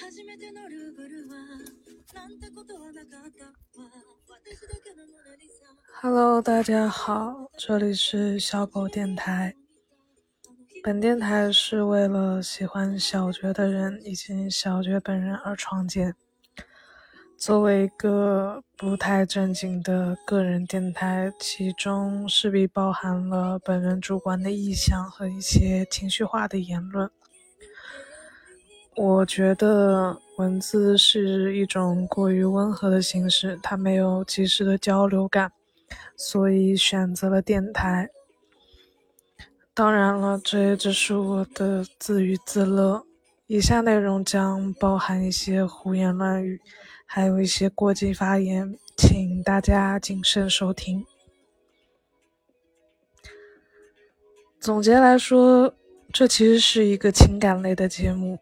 Hello， 大家好，这里是小狗电台。本电台是为了喜欢小觉的人以及小觉本人而创建。作为一个不太正经的个人电台，其中势必包含了本人主观的意向和一些情绪化的言论。我觉得文字是一种过于温和的形式，它没有及时的交流感，所以选择了电台。当然了，这也只是我的自娱自乐。以下内容将包含一些胡言乱语，还有一些过激发言，请大家谨慎收听。总结来说，这其实是一个情感类的节目。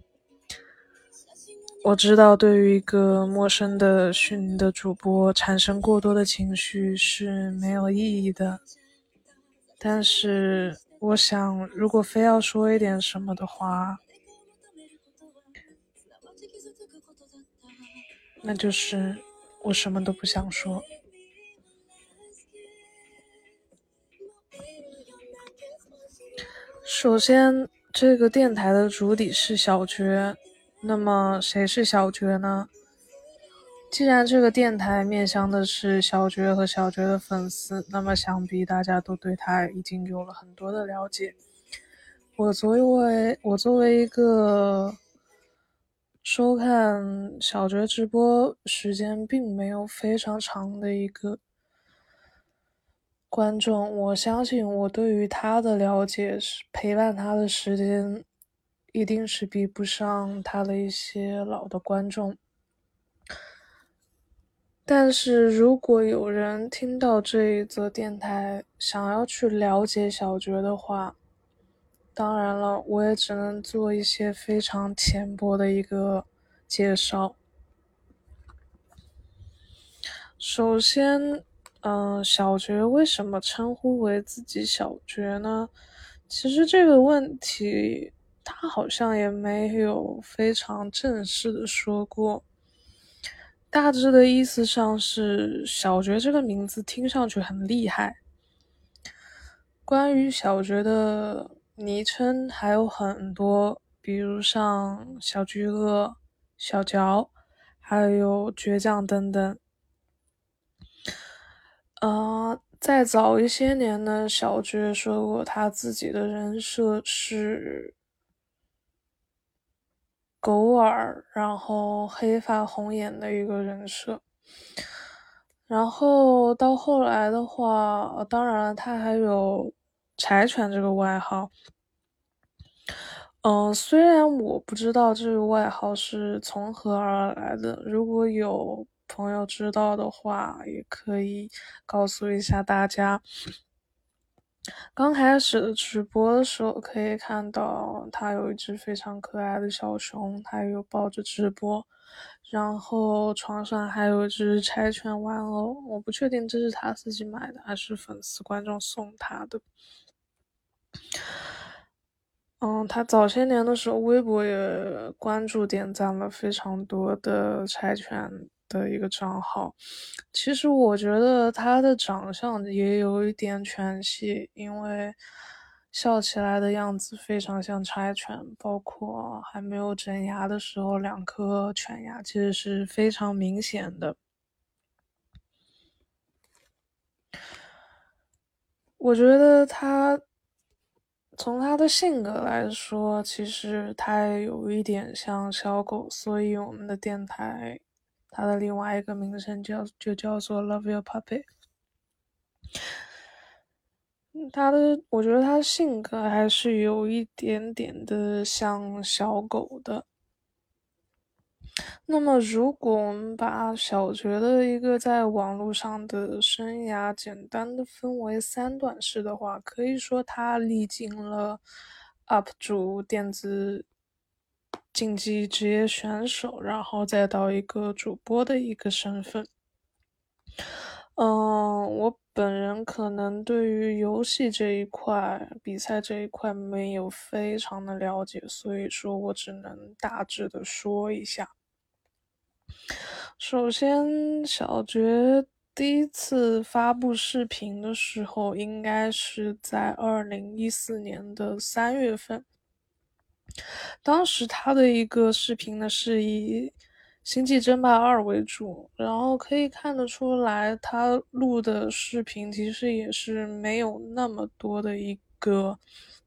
我知道对于一个陌生的虚拟的主播产生过多的情绪是没有意义的，但是我想如果非要说一点什么的话，那就是我什么都不想说。首先，这个电台的主体是小觉，那么谁是小觉呢？既然这个电台面向的是小觉和小觉的粉丝，那么想必大家都对他已经有了很多的了解。我作为一个收看小觉直播时间并没有非常长的一个观众，我相信我对于他的了解是陪伴他的时间一定是比不上他的一些老的观众。但是如果有人听到这一则电台想要去了解小觉的话，当然了，我也只能做一些非常浅薄的一个介绍。首先，小觉为什么称呼为自己小觉呢？其实这个问题，他好像也没有非常正式的说过。大致的意思上是，小觉这个名字听上去很厉害。关于小觉的昵称还有很多，比如像小巨鳄、小嚼，还有倔强等等。再早一些年呢，小觉说过他自己的人设是狗耳，然后黑发红眼的一个人设。然后到后来的话，当然了，他还有柴犬这个外号。虽然我不知道这个外号是从何而来的，如果有朋友知道的话，也可以告诉一下大家。刚开始的直播的时候，可以看到他有一只非常可爱的小熊，他有抱着直播，然后床上还有一只柴犬玩偶，我不确定这是他自己买的还是粉丝观众送他的。他早些年的时候，微博也关注点赞了非常多的柴犬的一个账号。其实我觉得他的长相也有一点犬系，因为笑起来的样子非常像柴犬，包括还没有整牙的时候，两颗犬牙其实是非常明显的。我觉得从他的性格来说，其实他也有一点像小狗，所以我们的电台，它的另外一个名称就叫做 Love Your Puppy。我觉得他的性格还是有一点点的像小狗的。那么，如果我们把小觉的一个在网络上的生涯简单的分为三段式的话，可以说他历经了 UP 主、电子竞技职业选手，然后再到一个主播的一个身份。 我本人可能对于游戏这一块、比赛这一块没有非常的了解，所以说我只能大致的说一下。首先，小觉第一次发布视频的时候，应该是在2014年的3月份。当时他的一个视频呢，是以《星际争霸2》为主，然后可以看得出来，他录的视频其实也是没有那么多的一个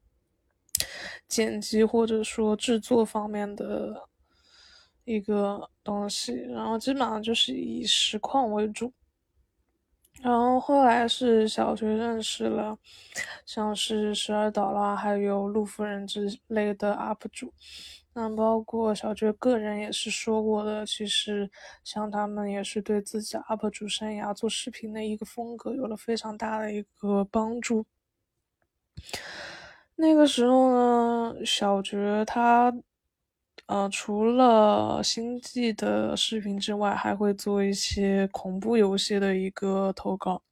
剪辑或者说制作方面的一个东西，然后基本上就是以实况为主。然后后来是小学认识了，像是十二岛啦，还有陆夫人之类的 UP 主。那包括小觉个人也是说过的，其实像他们也是对自己 UP 主生涯做视频的一个风格有了非常大的一个帮助。那个时候呢，小觉他除了星际的视频之外，还会做一些恐怖游戏的一个投稿。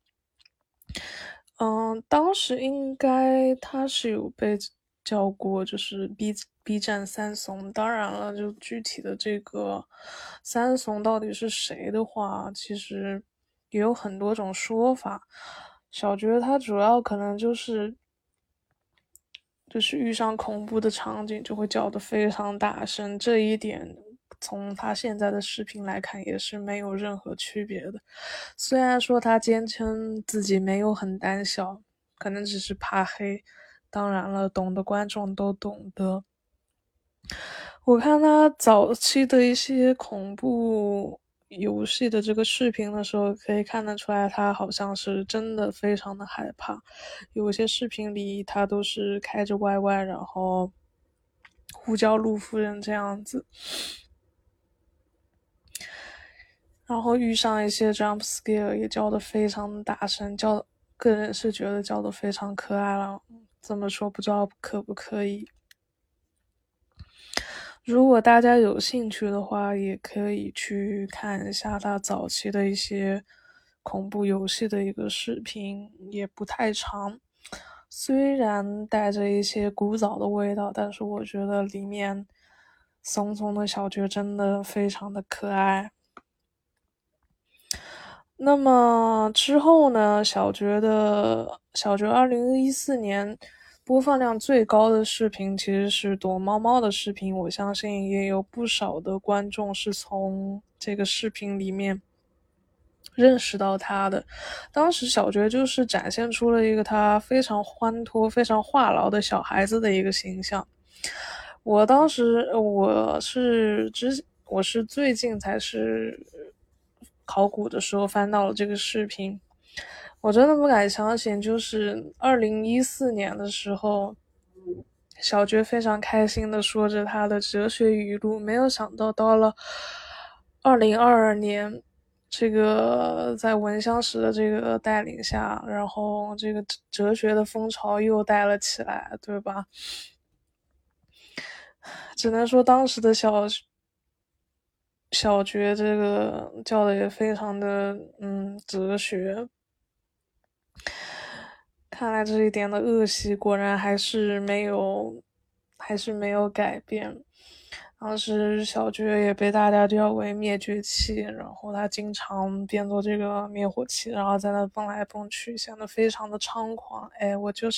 当时应该他是有被叫过，就是 B 站三怂。当然了，就具体的这个三怂到底是谁的话，其实也有很多种说法。小觉他主要可能就是遇上恐怖的场景就会叫得非常大声，这一点从他现在的视频来看也是没有任何区别的。虽然说他坚称自己没有很胆小，可能只是怕黑，当然了，懂的观众都懂得。我看他早期的一些恐怖游戏的这个视频的时候，可以看得出来，他好像是真的非常的害怕。有些视频里他都是开着 YY，然后呼叫陆夫人这样子，然后遇上一些 jump scare 也叫得非常大声，个人是觉得叫得非常可爱了。这么说不知道可不可以？如果大家有兴趣的话，也可以去看一下他早期的一些恐怖游戏的一个视频，也不太长，虽然带着一些古早的味道，但是我觉得里面怂怂的小觉真的非常的可爱。那么之后呢，小觉2014年播放量最高的视频其实是躲猫猫的视频，我相信也有不少的观众是从这个视频里面认识到他的。当时小觉就是展现出了一个他非常欢脱、非常话痨的小孩子的一个形象。当时我是最近才是考古的时候翻到了这个视频，我真的不敢相信，就是2014年的时候，小觉非常开心的说着他的哲学语录，没有想到到了2022年，这个在闻香识的这个带领下，然后这个哲学的风潮又带了起来，对吧？只能说当时的小觉这个叫的也非常的哲学，看来这一点的恶习果然还是没有改变。当时小觉也被大家叫为灭绝器，然后他经常变作这个灭火器，然后在那蹦来蹦去，显得非常的猖狂。哎，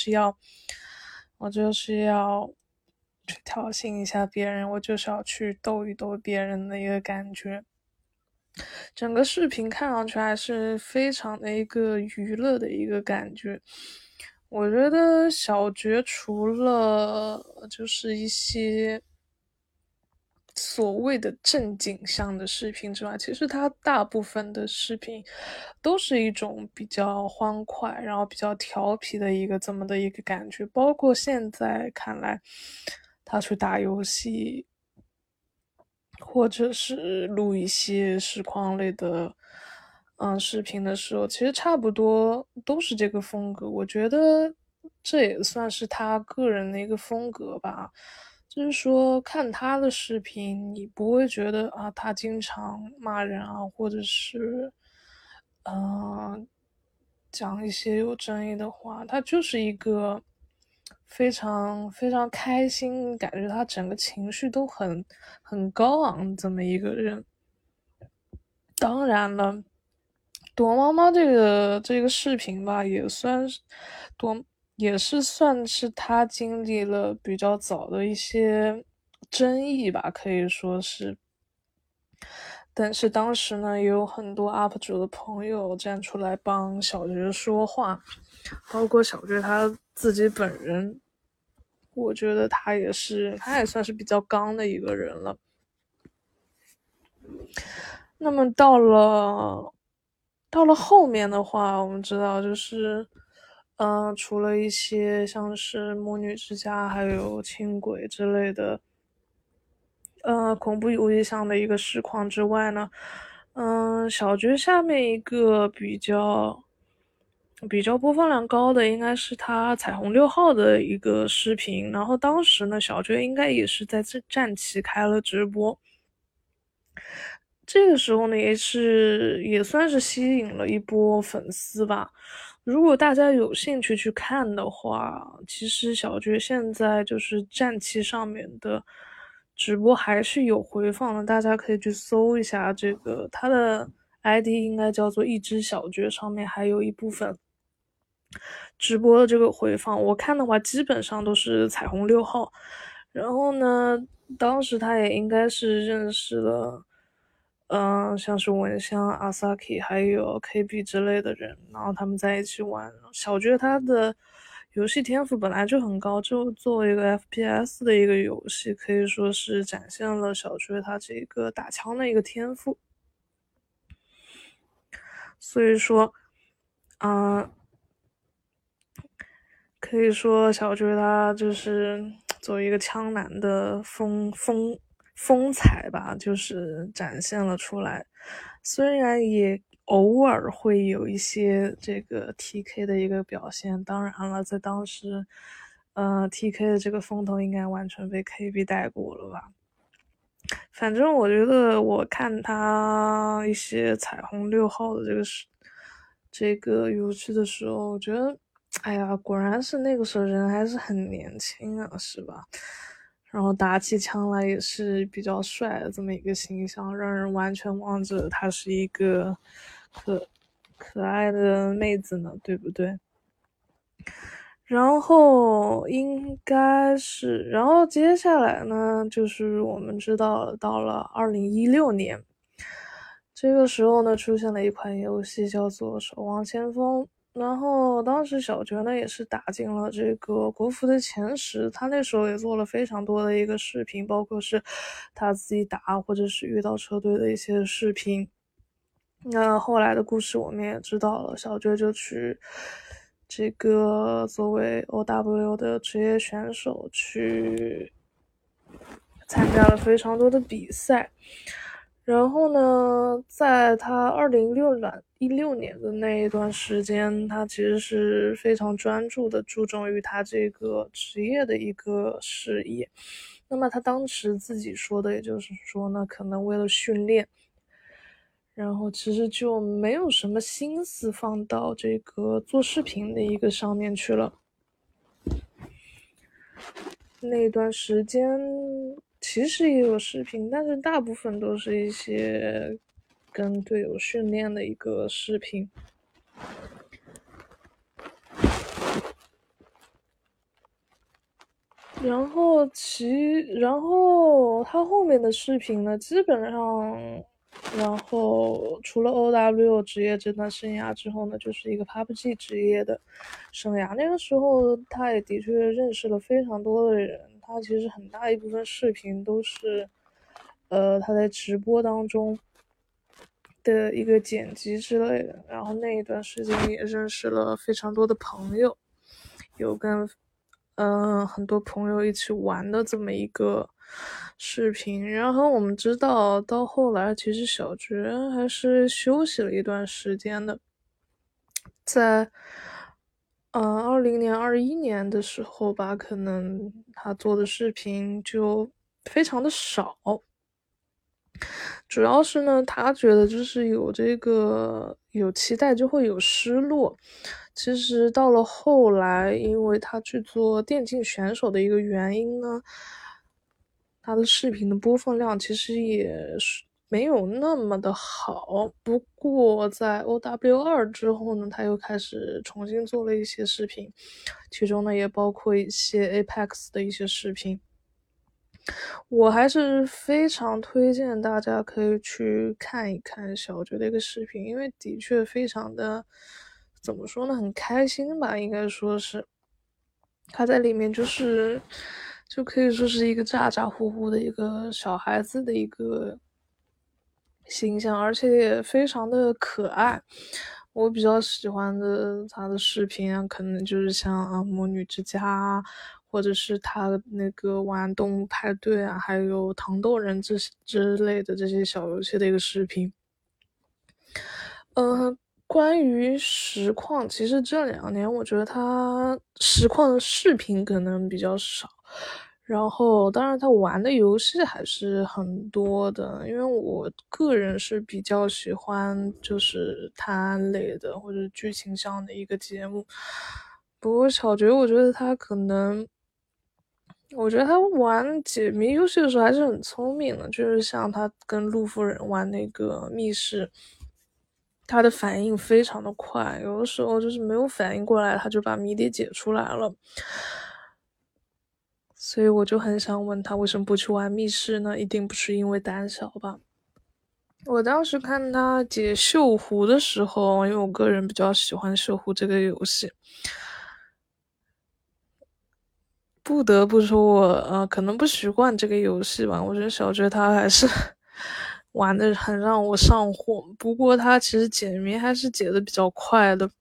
我就是要去挑衅一下别人，我就是要去逗一逗别人的一个感觉。整个视频看上去还是非常的一个娱乐的一个感觉。我觉得小觉除了就是一些所谓的正经向的视频之外，其实他大部分的视频都是一种比较欢快，然后比较调皮的一个这么的一个感觉。包括现在看来，他去打游戏，或者是录一些实况类的视频的时候，其实差不多都是这个风格。我觉得这也算是他个人的一个风格吧。就是说，看他的视频，你不会觉得啊，他经常骂人啊，或者是讲一些有争议的话，他就是一个非常非常开心，感觉他整个情绪都很高昂这么一个人。当然了，躲猫猫这个视频吧，躲也是算是他经历了比较早的一些争议吧，可以说是。但是当时呢，也有很多 UP 主的朋友站出来帮小觉说话，包括小觉他自己本人，我觉得他也算是比较刚的一个人了。那么到了后面的话，我们知道就是，除了一些像是母女之家还有轻轨之类的，恐怖游戏上的一个实况之外呢，小觉下面一个比较播放量高的应该是他彩虹6号的一个视频，然后当时呢，小觉应该也是在这站期开了直播。这个时候呢，也算是吸引了一波粉丝吧。如果大家有兴趣去看的话，其实小觉现在就是站期上面的直播还是有回放的，大家可以去搜一下这个，它的 ID 应该叫做一只小觉，上面还有一部分直播的这个回放。我看的话，基本上都是彩虹6号。然后呢，当时他也应该是认识了。像是蚊香、阿萨 K 还有 KB 之类的人，然后他们在一起玩。小觉他的游戏天赋本来就很高，就作为一个 FPS 的一个游戏，可以说是展现了小觉他这个打枪的一个天赋。所以说，嗯、可以说小觉他就是作为一个枪男的风采吧，就是展现了出来。虽然也偶尔会有一些这个 TK 的一个表现，当然了，在当时，TK 的这个风头应该完全被 KB 带过了吧。反正我觉得，我看他一些彩虹6号的这个游戏的时候，我觉得，哎呀，果然是那个时候人还是很年轻啊，是吧？然后打起枪来也是比较帅的这么一个形象，让人完全忘记了她是一个可可爱的妹子呢，对不对？然后然后接下来呢，就是我们知道到了2016年，这个时候呢，出现了一款游戏叫做《守望先锋》，然后当时小觉呢也是打进了这个国服的前10，他那时候也做了非常多的一个视频，包括是他自己打或者是遇到车队的一些视频。那后来的故事我们也知道了，小觉就去这个作为 OW 的职业选手去参加了非常多的比赛。然后呢，在他2016年的那一段时间，他其实是非常专注的注重于他这个职业的一个事业。那么他当时自己说的，也就是说呢，可能为了训练，然后其实就没有什么心思放到这个做视频的一个上面去了。那段时间其实也有视频，但是大部分都是一些跟队友训练的一个视频。然后他后面的视频呢，基本上，然后除了 OW 职业这段生涯之后呢，就是一个 PUBG 职业的生涯。那个时候他也的确认识了非常多的人，他其实很大一部分视频都是，他在直播当中的一个剪辑之类的。然后那一段时间也认识了非常多的朋友，有跟很多朋友一起玩的这么一个视频。然后我们知道到后来其实小觉还是休息了一段时间的，在20年、21年的时候吧，可能他做的视频就非常的少。 主要是呢，他觉得就是有期待就会有失落。其实到了后来，因为他去做电竞选手的一个原因呢，他的视频的播放量其实也是没有那么的好。不过在 OW2之后呢，他又开始重新做了一些视频，其中呢也包括一些 Apex 的一些视频。我还是非常推荐大家可以去看一看小觉的一个视频，因为的确非常的，怎么说呢，很开心吧，应该说是。他在里面就可以说是一个咋咋呼呼的一个小孩子的一个形象，而且也非常的可爱。我比较喜欢的他的视频啊，可能就是像魔女之家啊，或者是他那个玩动物派对啊，还有糖豆人之类的这些小游戏的一个视频。关于实况，其实这2年我觉得他实况的视频可能比较少，然后当然他玩的游戏还是很多的，因为我个人是比较喜欢就是探案类的或者剧情向的一个节目。不过小觉我觉得他可能，我觉得他玩解谜游戏的时候还是很聪明的，就是像他跟陆夫人玩那个密室。他的反应非常的快，有的时候就是没有反应过来，他就把谜底解出来了。所以我就很想问他为什么不去玩密室呢？一定不是因为胆小吧？我当时看他解锈湖的时候，因为我个人比较喜欢锈湖这个游戏，不得不说我可能不习惯这个游戏吧，我觉得小学他还是玩的很让我上火。不过他其实解谜还是解的比较快的。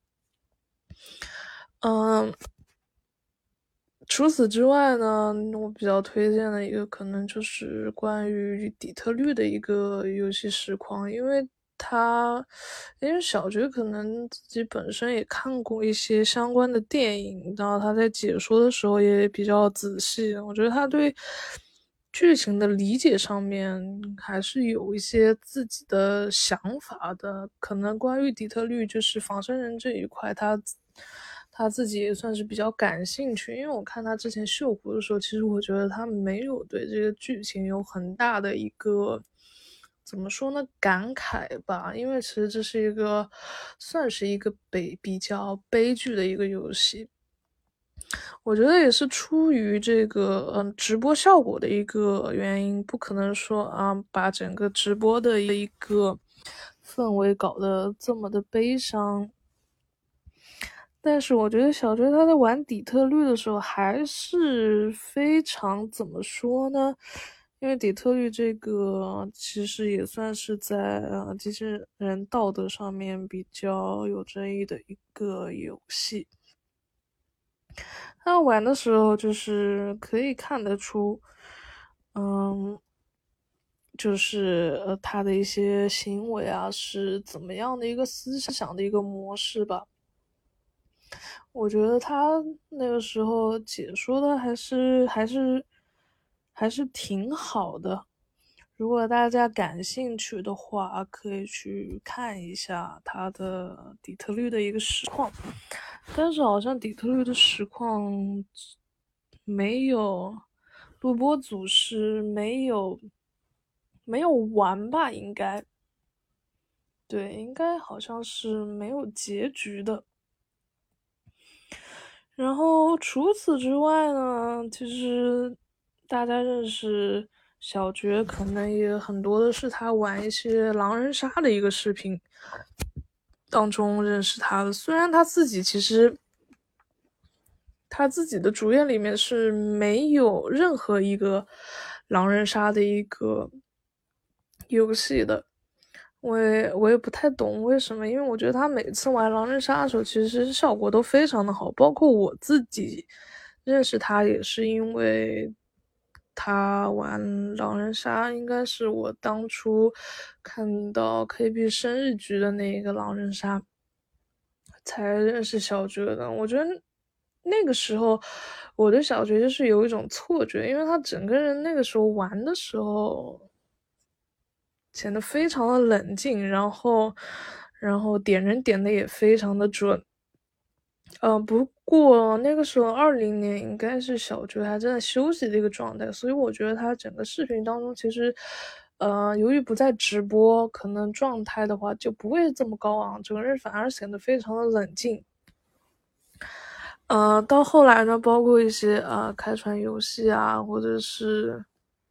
除此之外呢，我比较推荐的一个可能就是关于底特律的一个游戏实况，因为小觉可能自己本身也看过一些相关的电影，然后他在解说的时候也比较仔细，我觉得他对剧情的理解上面还是有一些自己的想法的。可能关于底特律就是仿生人这一块，他自己也算是比较感兴趣，因为我看他之前秀湖的时候，其实我觉得他没有对这个剧情有很大的一个怎么说呢感慨吧，因为其实这是算是一个比较悲剧的一个游戏。我觉得也是出于这个直播效果的一个原因，不可能说把整个直播的一个氛围搞得这么的悲伤。但是我觉得小觉他在玩底特律的时候还是非常怎么说呢？因为底特律这个其实也算是在机器人道德上面比较有争议的一个游戏。他玩的时候就是可以看得出，就是他的一些行为啊是怎么样的一个思想的一个模式吧。我觉得他那个时候解说的还是挺好的。如果大家感兴趣的话，可以去看一下他的底特律的一个实况。但是好像底特律的实况没有录播组是没有完吧？应该对，应该好像是没有结局的。然后除此之外呢，其实大家认识小觉可能也很多的是他玩一些狼人杀的一个视频当中认识他的。虽然他自己其实他自己的主页里面是没有任何一个狼人杀的一个游戏的，我也不太懂为什么，因为我觉得他每次玩狼人杀的时候，其实效果都非常的好，包括我自己认识他也是因为他玩狼人杀，应该是我当初看到 KB 生日局的那个狼人杀才认识小觉的。我觉得那个时候我对小觉就是有一种错觉，因为他整个人那个时候玩的时候显得非常的冷静，然后点人点的也非常的准。不过那个时候2020年应该是小觉还正在休息的一个状态，所以我觉得他整个视频当中其实，由于不在直播，可能状态的话就不会这么高昂，整个人反而显得非常的冷静。到后来呢，包括一些开船游戏啊，或者是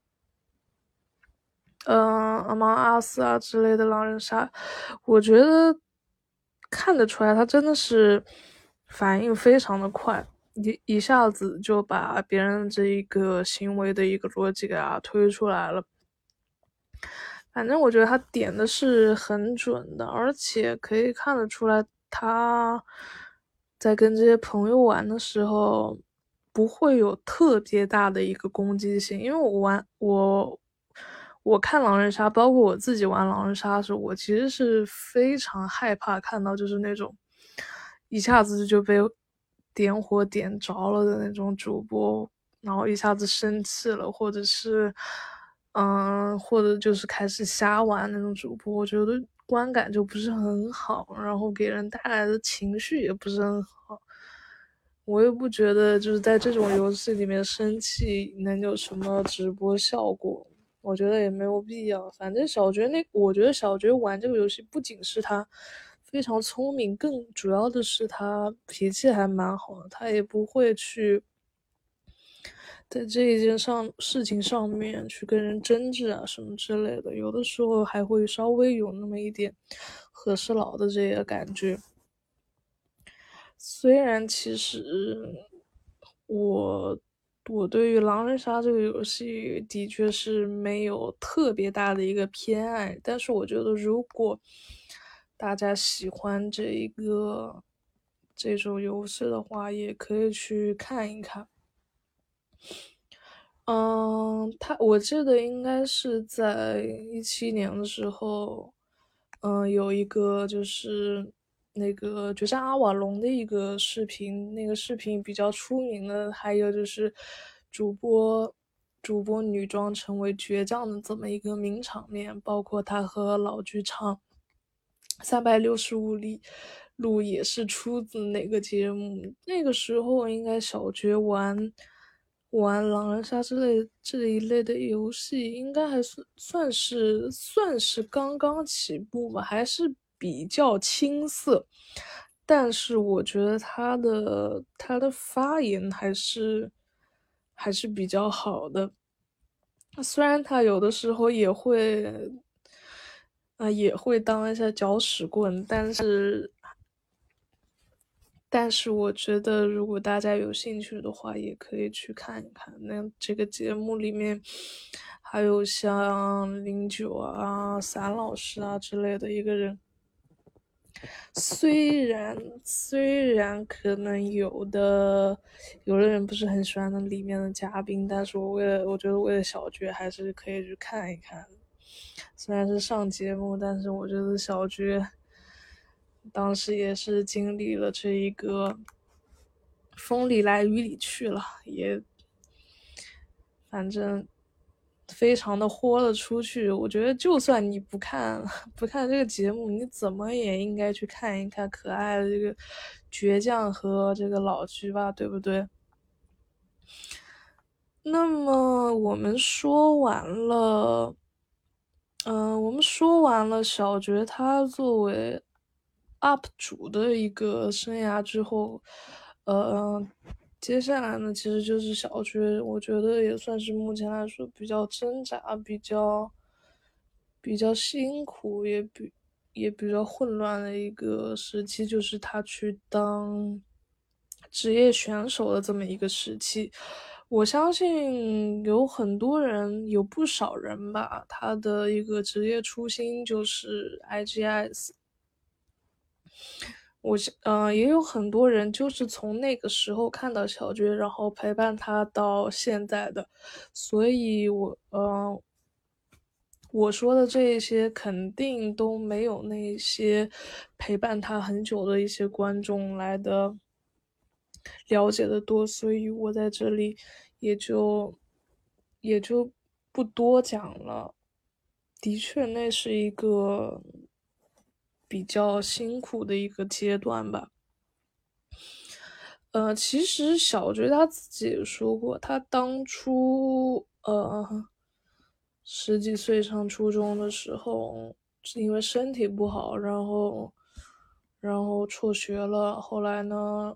Among Us 啊之类的狼人杀，我觉得看得出来他真的是反应非常的快，一下子就把别人这一个行为的一个逻辑给推出来了。反正我觉得他点的是很准的，而且可以看得出来他在跟这些朋友玩的时候不会有特别大的一个攻击性，因为我看狼人杀，包括我自己玩狼人杀的时候，我其实是非常害怕看到就是那种一下子就被点火点着了的那种主播，然后一下子生气了，或者就是开始瞎玩那种主播，我觉得观感就不是很好，然后给人带来的情绪也不是很好。我又不觉得就是在这种游戏里面生气能有什么直播效果，我觉得也没有必要。反正我觉得小觉玩这个游戏不仅是他非常聪明，更主要的是他脾气还蛮好的，他也不会去在这一件事情上面去跟人争执啊什么之类的，有的时候还会稍微有那么一点和事佬的这个感觉。虽然其实我我对于狼人杀这个游戏的确是没有特别大的一个偏爱，但是我觉得如果大家喜欢这种游戏的话，也可以去看一看。我记得应该是在2017年的时候，有一个就是那个决战阿瓦隆的一个视频，那个视频比较出名的，还有就是主播女装成为倔强的这么一个名场面，包括他和老剧场365里路也是出自哪个节目？那个时候应该小学玩狼人杀这一类的游戏，应该还算是刚刚起步吧，还是比较青涩。但是我觉得他的发言还是比较好的，虽然他有的时候也会当一下搅屎棍，但是我觉得，如果大家有兴趣的话，也可以去看一看。那这个节目里面，还有像09啊、散老师啊之类的一个人。虽然可能有的人不是很喜欢那里面的嘉宾，但是我觉得为了小角还是可以去看一看。虽然是上节目，但是我觉得小角当时也是经历了这一个风里来雨里去了，也反正非常的豁了出去。我觉得就算你不看这个节目，你怎么也应该去看一看可爱的这个倔强和这个老居吧，对不对？那么我们说完了小觉他作为 UP 主的一个生涯之后，呃，接下来呢，其实就是小觉，我觉得也算是目前来说比较挣扎、比较辛苦，也比较混乱的一个时期，就是他去当职业选手的这么一个时期。我相信有不少人吧，他的一个职业初心就是 IGS。也有很多人就是从那个时候看到小娟，然后陪伴他到现在的，所以我说的这一些肯定都没有那些陪伴他很久的一些观众来的了解的多，所以我在这里也就不多讲了。 的确，那是一个比较辛苦的一个阶段吧。其实小觉他自己也说过，他当初十几岁上初中的时候，是因为身体不好，然后辍学了。后来呢，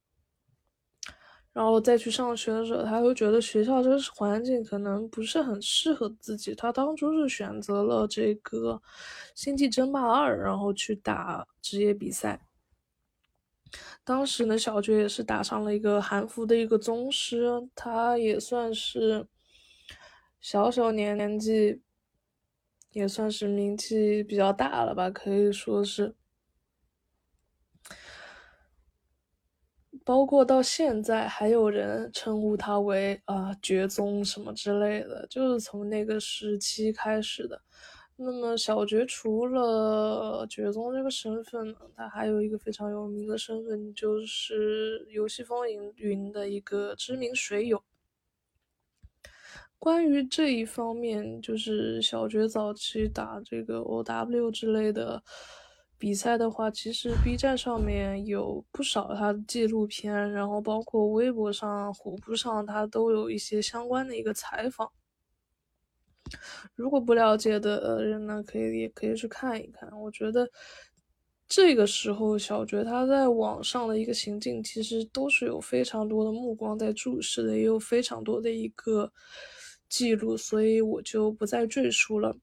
然后再去上学的时候，他会觉得学校这个环境可能不是很适合自己。他当初是选择了这个《星际争霸二》，然后去打职业比赛。当时呢，小觉也是打上了一个韩服的一个宗师，他也算是小年纪，也算是名气比较大了吧，可以说是。包括到现在还有人称呼他为绝宗什么之类的，就是从那个时期开始的。那么小觉除了绝宗这个身份呢，他还有一个非常有名的身份，就是游戏风云的一个知名水友。关于这一方面，就是小觉早期打这个 OW 之类的比赛的话，其实 B 站上面有不少他的纪录片，然后包括微博上、虎扑上，他都有一些相关的一个采访。如果不了解的人呢，也可以去看一看。我觉得这个时候，小觉他在网上的一个行径，其实都是有非常多的目光在注视的，也有非常多的一个记录，所以我就不再赘述了。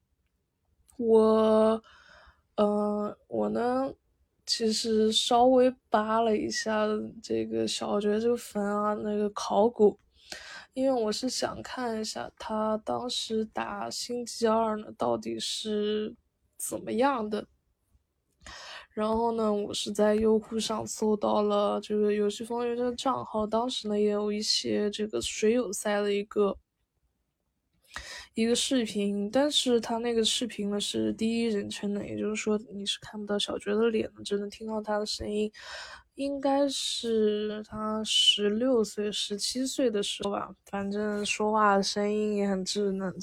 我呢，其实稍微扒了一下这个小觉这个坟啊，那个考古，因为我是想看一下他当时打星期二呢到底是怎么样的。然后呢，我是在优酷上搜到了这个游戏风云这个账号，当时呢也有一些这个水友赛的一个视频，但是他那个视频呢是第一人称的，也就是说你是看不到小觉的脸的，只能听到他的声音。应该是他16岁、17岁的时候吧，反正说话的声音也很稚嫩，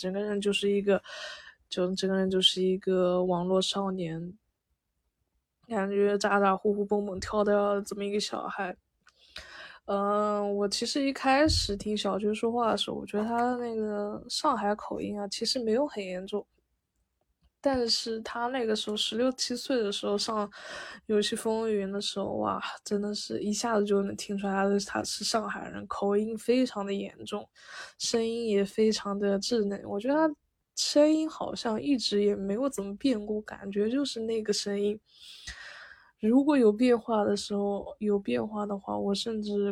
整个人就是一个网络少年，感觉咋呼呼蹦蹦跳的这么一个小孩。我其实一开始听小军说话的时候，我觉得他的那个上海口音啊，其实没有很严重。但是他那个时候16、17岁的时候上游戏风云的时候，哇，真的是一下子就能听出来他是上海人，口音非常的严重，声音也非常的稚嫩。我觉得他声音好像一直也没有怎么变过，感觉就是那个声音。如果有变化的话，我甚至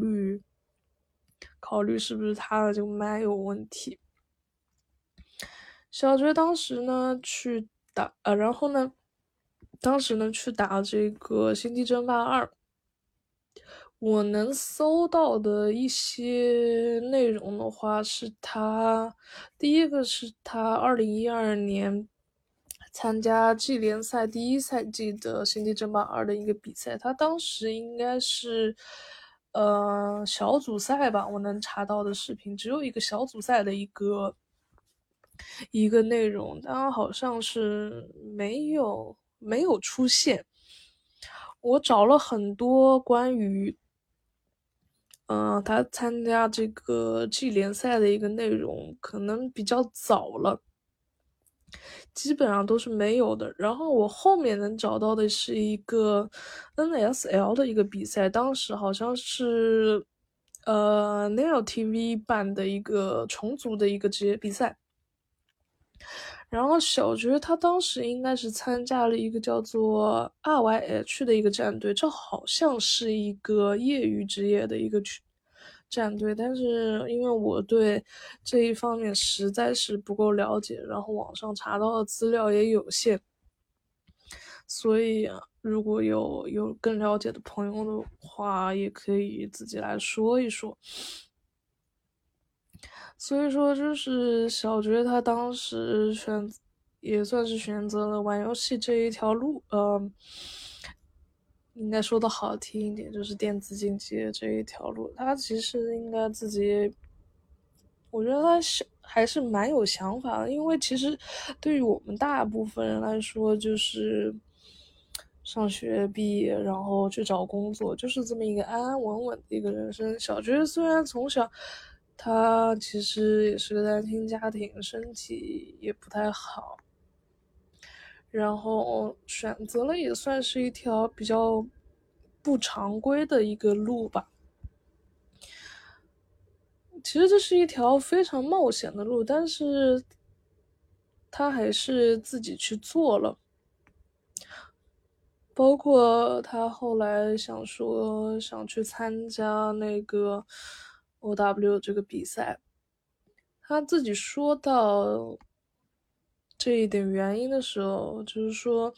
考虑是不是他的这个麦有问题。小觉当时呢去打，然后呢，当时呢去打这个《星际争霸二》，我能搜到的一些内容的话，第一个是他2012年参加季联赛第一赛季的《星际争霸二》的一个比赛，他当时应该是小组赛吧，我能查到的视频只有一个小组赛的一个内容，它好像是没有出现。我找了很多关于他参加这个季联赛的一个内容，可能比较早了，基本上都是没有的。然后我后面能找到的是一个 NSL 的一个比赛，当时好像是Neo TV 办的一个重组的一个职业比赛。然后小觉他当时应该是参加了一个叫做 RYH 的一个战队，这好像是一个业余职业的一个战队，但是因为我对这一方面实在是不够了解，然后网上查到的资料也有限，所以如果有更了解的朋友的话，也可以自己来说一说。所以说，就是小觉他当时也算是选择了玩游戏这一条路，应该说的好听一点，就是电子竞技这一条路。他其实应该自己，我觉得他还是蛮有想法的，因为其实对于我们大部分人来说，就是上学毕业，然后去找工作，就是这么一个安安稳稳的一个人生。小觉虽然从小他其实也是个单亲家庭，身体也不太好，然后选择了也算是一条比较不常规的一个路吧。其实这是一条非常冒险的路，但是他还是自己去做了。包括他后来想说想去参加那个 OW 这个比赛，他自己说到这一点原因的时候，就是说，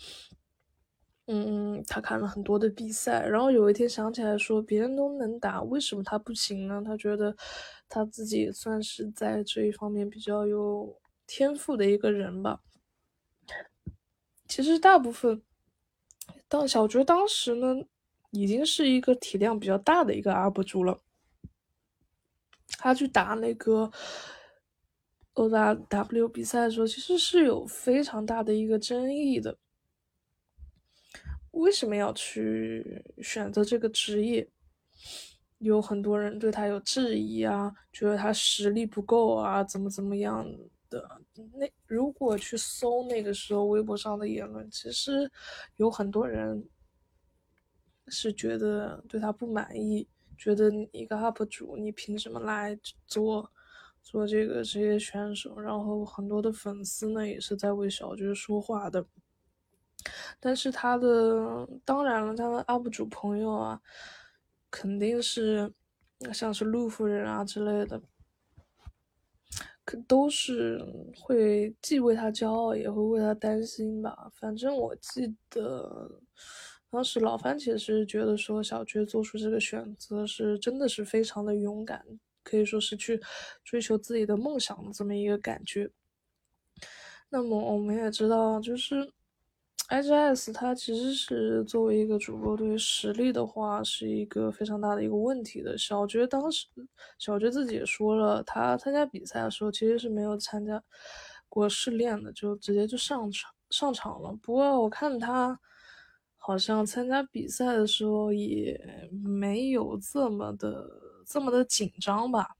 他看了很多的比赛，然后有一天想起来说，别人都能打，为什么他不行呢？他觉得他自己也算是在这一方面比较有天赋的一个人吧。其实大部分，小觉当时呢，已经是一个体量比较大的一个 UP 主了。他去打那个 OW 比赛的时候，其实是有非常大的一个争议的。为什么要去选择这个职业？有很多人对他有质疑啊，觉得他实力不够啊，怎么样的。如果去搜那个时候微博上的言论，其实有很多人是觉得对他不满意，觉得你一个 UP 主，你凭什么来做这个职业选手？然后很多的粉丝呢也是在为小爵说话的。但是当然了，他的 UP 主朋友啊，肯定是像是陆夫人啊之类的，都是会既为他骄傲，也会为他担心吧。反正我记得当时老番茄是觉得说小娟做出这个选择是真的是非常的勇敢，可以说是去追求自己的梦想的这么一个感觉。那么我们也知道，就是 IGS 它其实是作为一个主播，对于实力的话是一个非常大的一个问题的。小爵自己也说了，他参加比赛的时候其实是没有参加过试炼的，就直接就上场了。不过我看他好像参加比赛的时候也没有这么的紧张吧。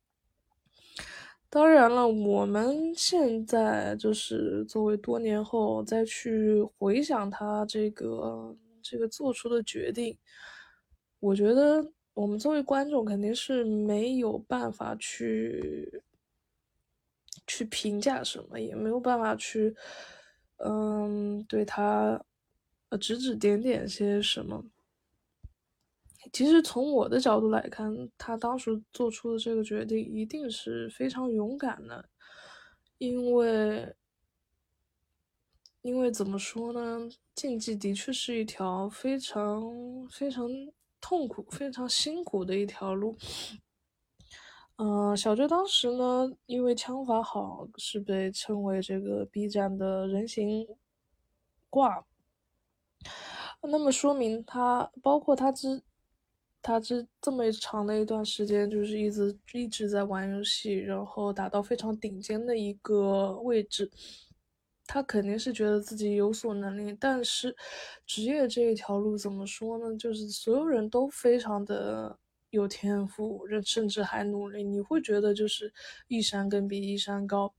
当然了，我们现在就是作为多年后再去回想他这个做出的决定，我觉得我们作为观众肯定是没有办法去评价什么，也没有办法去对他指指点点些什么。其实从我的角度来看，他当时做出的这个决定一定是非常勇敢的，因为怎么说呢，竞技的确是一条非常非常痛苦、非常辛苦的一条路。小娟当时呢，因为枪法好，是被称为这个 B 站的人形挂。那么说明他，包括他这么长的一段时间，就是一直在玩游戏，然后达到非常顶尖的一个位置。他肯定是觉得自己有所能力，但是职业这一条路怎么说呢？就是所有人都非常的有天赋，甚至还努力，你会觉得就是一山更比一山高。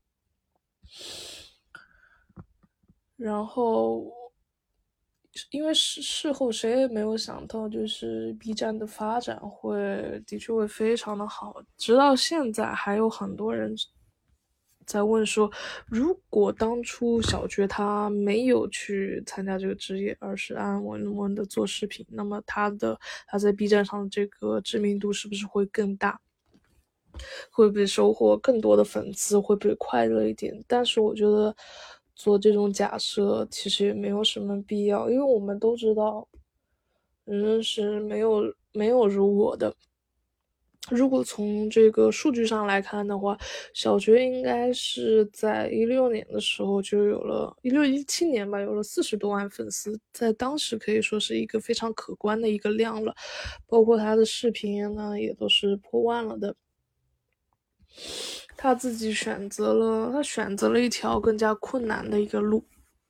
然后，因为事后谁也没有想到，就是 B 站的发展的确会非常的好，直到现在还有很多人在问说，如果当初小觉他没有去参加这个职业，而是安安稳稳的做视频，那么他在 B 站上的这个知名度是不是会更大？会不会收获更多的粉丝，会不会快乐一点？但是我觉得做这种假设其实也没有什么必要，因为我们都知道，人是没有如果的。如果从这个数据上来看的话，小学应该是在16年的时候就有了16、17年吧，有了40多万粉丝，在当时可以说是一个非常可观的一个量了，包括他的视频呢也都是破万了的。 他自己选择了一条更加困难的一个路，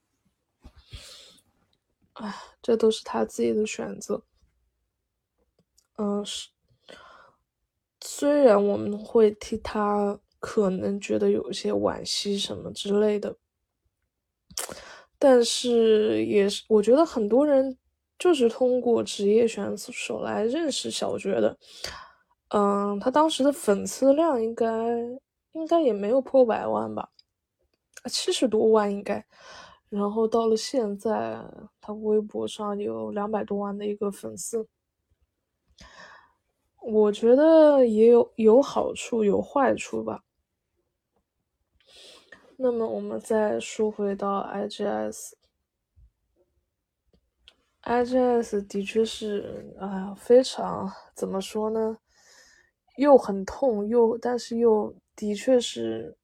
这都是他自己的选择。虽然我们会替他可能觉得有些惋惜什么之类的，但是也是我觉得很多人就是通过职业选手来认识小觉的。他当时的粉丝量应该也没有破100万吧，70多万应该。然后到了现在，他微博上有200多万的一个粉丝。我觉得也有好处有坏处吧。那么我们再说回到 IGS 的确是非常怎么说呢，又很痛但是又的确是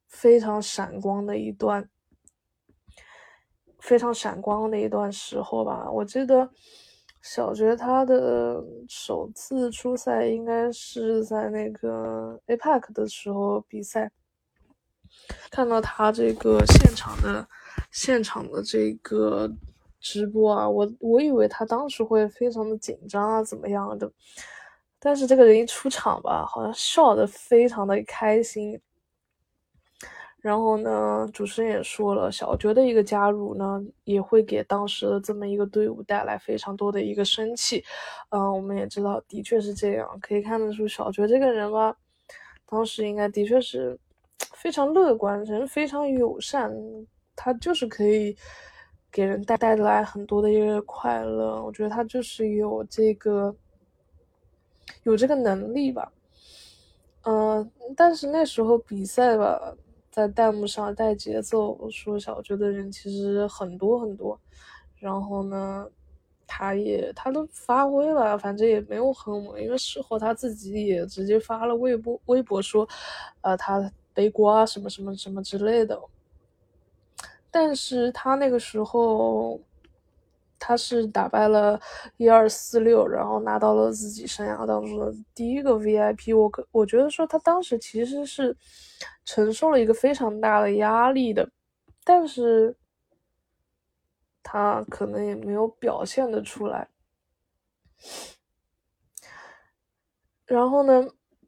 非常闪光的一段时候吧。我记得小觉他的首次出赛应该是在那个 APEC 的时候比赛，看到他这个现场的这个直播啊，我以为他当时会非常的紧张啊，怎么样的？但是这个人一出场吧，好像笑得非常的开心。然后呢，主持人也说了，小觉的一个加入呢，也会给当时的这么一个队伍带来非常多的一个生气。我们也知道，的确是这样，可以看得出小觉这个人吧，当时应该的确是非常乐观，人非常友善，他就是可以给人带来很多的一个快乐。我觉得他就是有这个能力吧。但是那时候比赛吧，在弹幕上带节奏说小觉的人其实很多很多，然后呢，他都发挥了，反正也没有很稳，因为事后他自己也直接发了微博说，他背锅啊什么什么什么之类的。但是他那个时候，他是打败了1246，然后拿到了自己生涯当中的第一个 VIP。我觉得说他当时其实是承受了一个非常大的压力的，但是他可能也没有表现得出来。然后呢，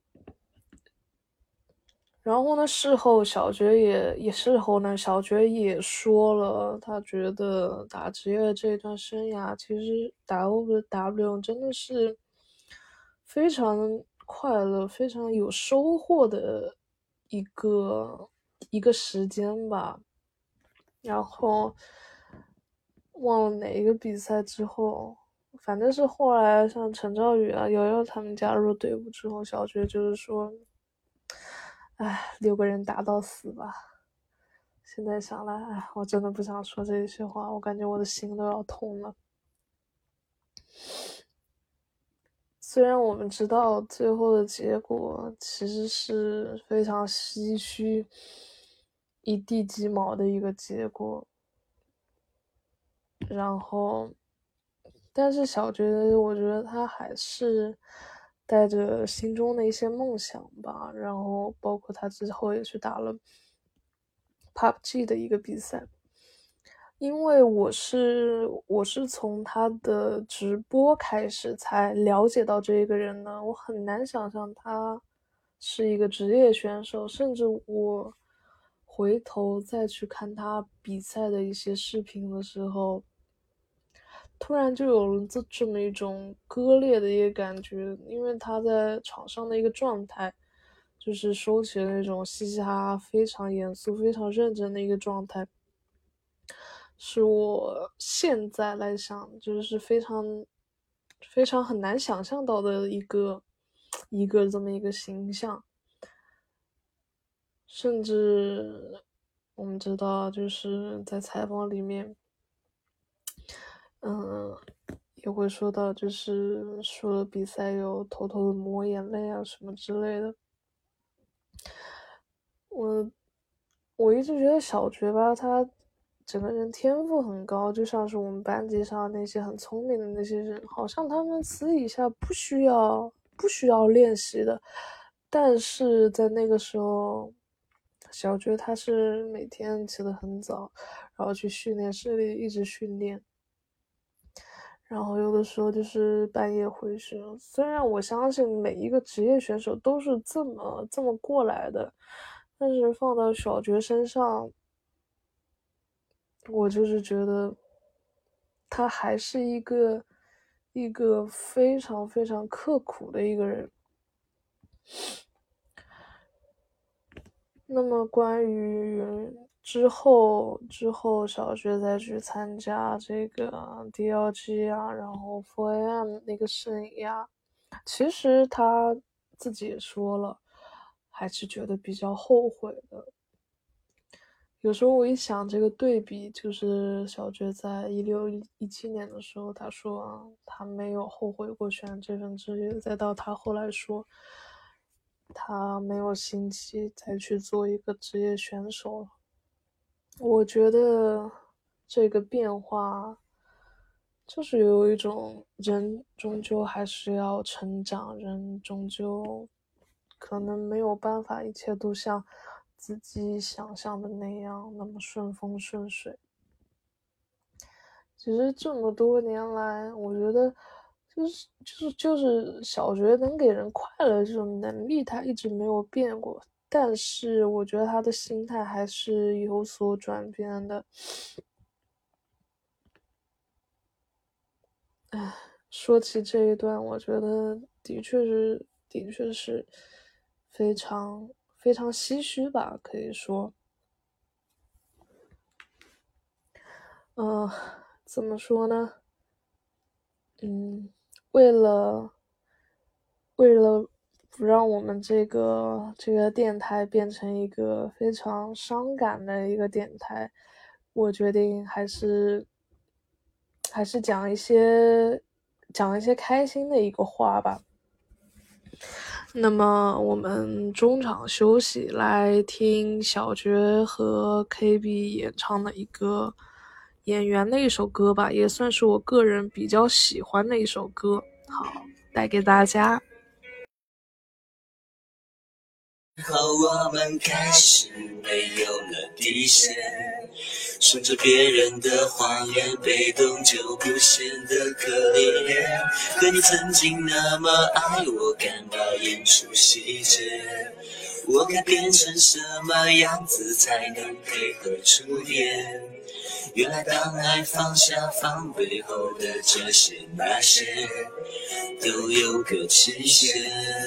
事后事后呢，小觉也说了，他觉得打职业这段生涯，其实打 OW 真的是非常快乐、非常有收获的一个时间吧。然后忘了哪一个比赛之后，反正是后来像陈兆宇啊、瑶瑶他们加入队伍之后，小觉就是说。6个人打到死吧。现在想来，我真的不想说这些话，我感觉我的心都要痛了。虽然我们知道最后的结果其实是非常唏嘘、一地鸡毛的一个结果，然后，但是小觉我觉得他还是带着心中的一些梦想吧，然后包括他之后也去打了 PUBG 的一个比赛。因为我是从他的直播开始才了解到这个人的，我很难想象他是一个职业选手，甚至我回头再去看他比赛的一些视频的时候，突然就有了这么一种割裂的一个感觉，因为他在场上的一个状态，就是收起了那种嘻嘻哈哈、非常严肃、非常认真的一个状态。是我现在来想，就是非常很难想象到的一个这么一个形象，甚至我们知道，就是在采访里面，嗯，也会说到，就是说了比赛有偷偷的抹眼泪啊什么之类的。我我一直觉得小觉吧，他整个人天赋很高，就像是我们班级上那些很聪明的那些人，好像他们私底下不需要练习的，但是在那个时候， 小觉他是每天起得很早，然后去训练室里一直训练，然后有的时候就是半夜回去。虽然我相信每一个职业选手都是这么过来的，但是放到小觉身上，我就是觉得他还是一个非常非常刻苦的一个人。那么关于之后小学再去参加这个 DLG 啊，然后 4AM 那个生涯，其实他自己也说了，还是觉得比较后悔的。有时候我一想这个对比，就是小觉在16、17年的时候，他说他没有后悔过选这份职业，再到他后来说他没有心机再去做一个职业选手了。我觉得这个变化就是有一种人终究还是要成长，人终究可能没有办法一切都像自己想象的那样那么顺风顺水。其实这么多年来，我觉得就是小学能给人快乐这种能力，他一直没有变过。但是我觉得他的心态还是有所转变的。唉，说起这一段，我觉得的确是非常非常唏嘘吧，可以说。嗯，怎么说呢？嗯，为了不让我们这个电台变成一个非常伤感的一个电台，我决定还是讲一些开心的一个话吧。那么我们中场休息来听小觉和 KB 演唱的一个演员的一首歌吧，也算是我个人比较喜欢的一首歌。好，带给大家。 后我们开始没有了底线，顺着别人的谎言，被动就不显得可怜。可你曾经那么爱我，敢把演出细节，我该变成什么样子才能配合出演？原来当爱放下防备后的这些那些，都有个期限。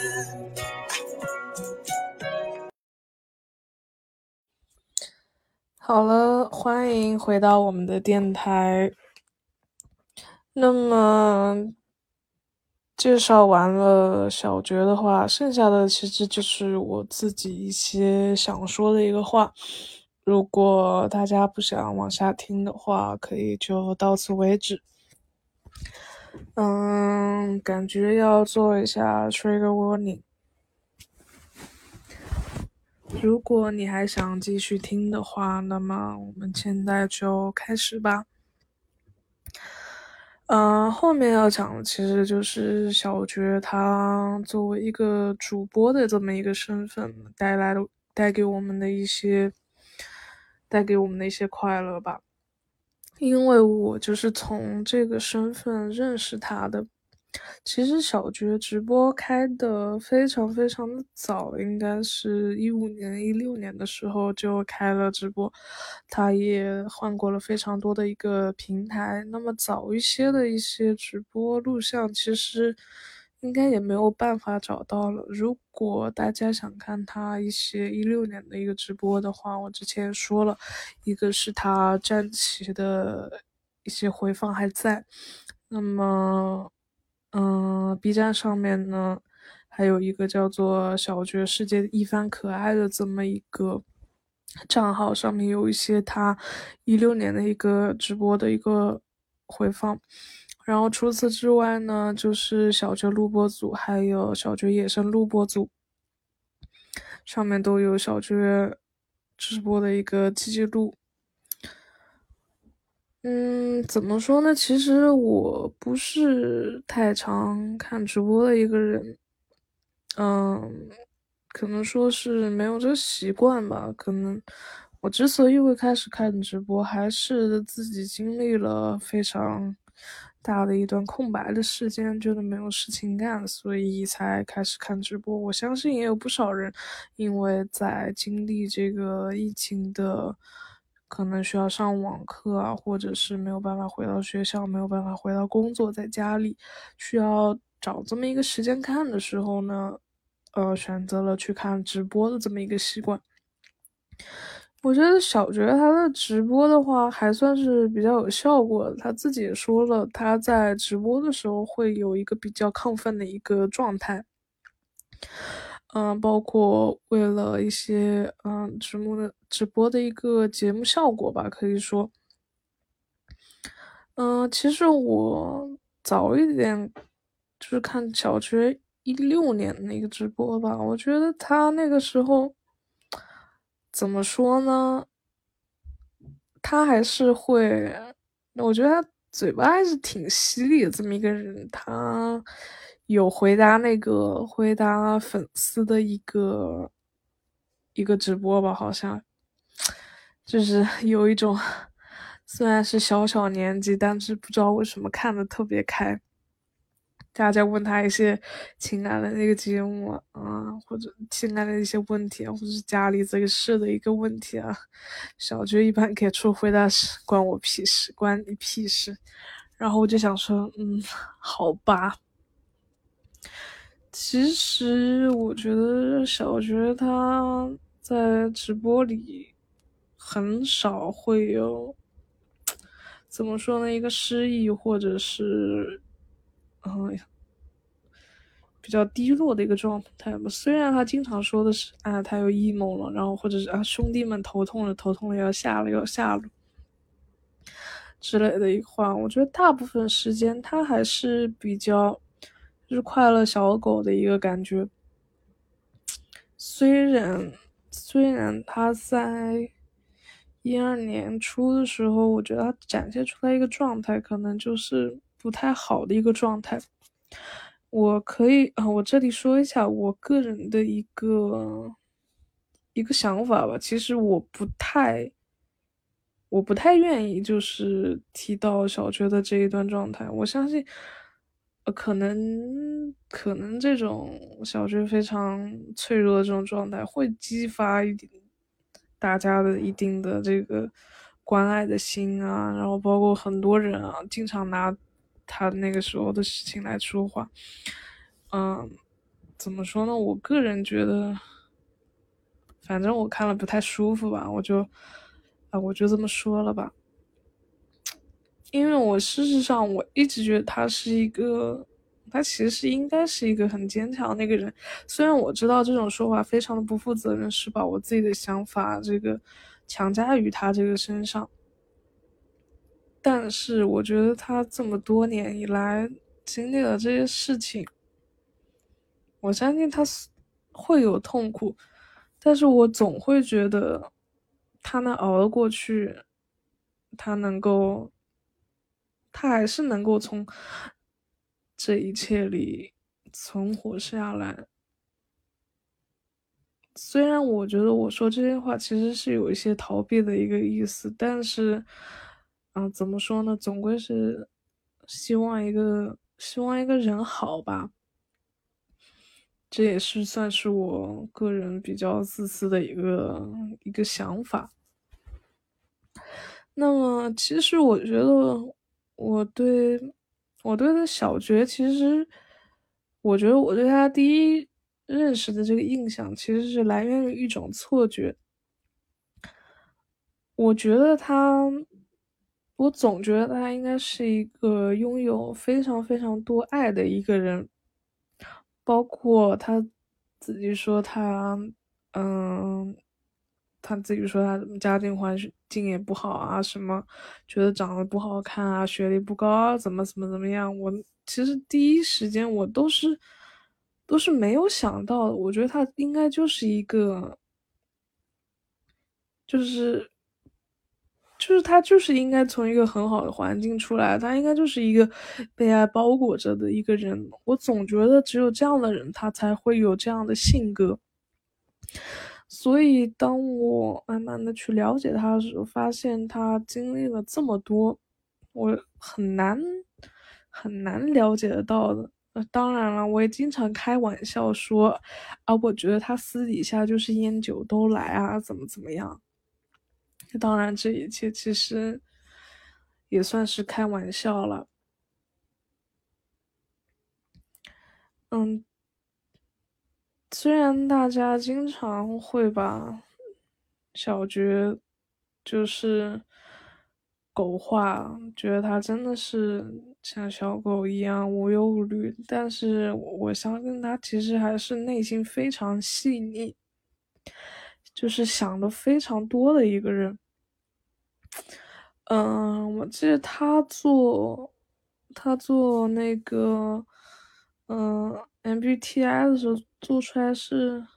好了，欢迎回到我们的电台。那么介绍完了小觉的话，剩下的其实就是我自己一些想说的一个话。如果大家不想往下听的话，可以就到此为止。感觉要做一下 trigger warning。如果你还想继续听的话，那么我们现在就开始吧。后面要讲的其实就是小觉他作为一个主播的这么一个身份带给我们的一些快乐吧。因为我就是从这个身份认识他的。其实小觉直播开的非常非常的早，应该是15年、16年的时候就开了直播。他也换过了非常多的一个平台。那么早一些的一些直播录像，其实应该也没有办法找到了。如果大家想看他一些16年的一个直播的话，我之前说了，一个是他战旗的一些回放还在。那么B 站上面呢，还有一个叫做小觉世界一番可爱的这么一个账号，上面有一些他16年的一个直播的一个回放。然后除此之外呢，就是小觉录播组还有小觉野生录播组，上面都有小觉直播的一个记录。怎么说呢？其实我不是太常看直播的一个人。 可能说是没有这个习惯吧。可能我之所以会开始看直播，还是自己经历了非常大的一段空白的时间，觉得没有事情干，所以才开始看直播。我相信也有不少人，因为在经历这个疫情的，可能需要上网课啊，或者是没有办法回到学校，没有办法回到工作，在家里需要找这么一个时间看的时候呢，选择了去看直播的这么一个习惯。我觉得小觉他的直播的话还算是比较有效果的，他自己也说了，他在直播的时候会有一个比较亢奋的一个状态。包括为了一些直播的一个节目效果吧，可以说。其实我早一点就是看小学16年的那个直播吧，我觉得他那个时候怎么说呢？他还是会，我觉得他嘴巴还是挺犀利的这么一个人。他有回答粉丝的一个直播吧，好像就是有一种虽然是小小年纪，但是不知道为什么看得特别开。大家问他一些情感的那个节目啊，或者情感的一些问题啊，或者是家里这个事的一个问题啊，小觉一般给出回答是关我屁事，关你屁事。然后我就想说，好吧。其实我觉得小觉他在直播里很少会有怎么说呢，一个失意或者是比较低落的一个状态吧。虽然他经常说的是啊，他又 emo 了，然后或者是啊，兄弟们头痛了，头痛了要下了，要下了之类的一个话，我觉得大部分时间他还是比较就是快乐小狗的一个感觉。虽然他在12年初的时候，我觉得他展现出来一个状态，可能就是不太好的一个状态。我这里说一下我个人的一个想法吧。其实我不太愿意就是提到小觉的这一段状态。我相信，可能这种小觉非常脆弱的这种状态会激发一定大家的一定的这个关爱的心啊，然后包括很多人啊，经常拿他那个时候的事情来说话。嗯，怎么说呢？我个人觉得，反正我看了不太舒服吧，我就这么说了吧。因为事实上我一直觉得他其实应该是一个很坚强的那个人。虽然我知道这种说法非常的不负责任，是把我自己的想法这个强加于他这个身上，但是我觉得他这么多年以来经历了这些事情，我相信他会有痛苦，但是我总会觉得他能熬得过去，他能够，他还是能够从这一切里存活下来。虽然我觉得我说这些话其实是有一些逃避的一个意思，但是，怎么说呢？总归是希望一个人好吧。这也是算是我个人比较自私的一个想法。那么，其实我觉得我对的小觉，其实我觉得我对他第一认识的这个印象，其实是来源于一种错觉。我觉得他，我总觉得他应该是一个拥有非常非常多爱的一个人。包括他自己说嗯，他自己说他家庭环境也不好啊，什么觉得长得不好看啊，学历不高啊，怎么样。我其实第一时间我都是没有想到的。我觉得他应该就是一个，就是他就是应该从一个很好的环境出来，他应该就是一个被爱包裹着的一个人。我总觉得只有这样的人，他才会有这样的性格。 所以当我慢慢的去了解他的时候，发现他经历了这么多，我很难了解得到的。当然了，我也经常开玩笑说，我觉得他私底下就是烟酒都来啊，怎么怎么样。当然，这一切其实也算是开玩笑了。嗯，虽然大家经常会把小觉就是狗化，觉得它真的是像小狗一样无忧无虑，但是我相信它其实还是内心非常细腻，就是想的非常多的一个人。我记得他做那个MBTI 的时候做出来是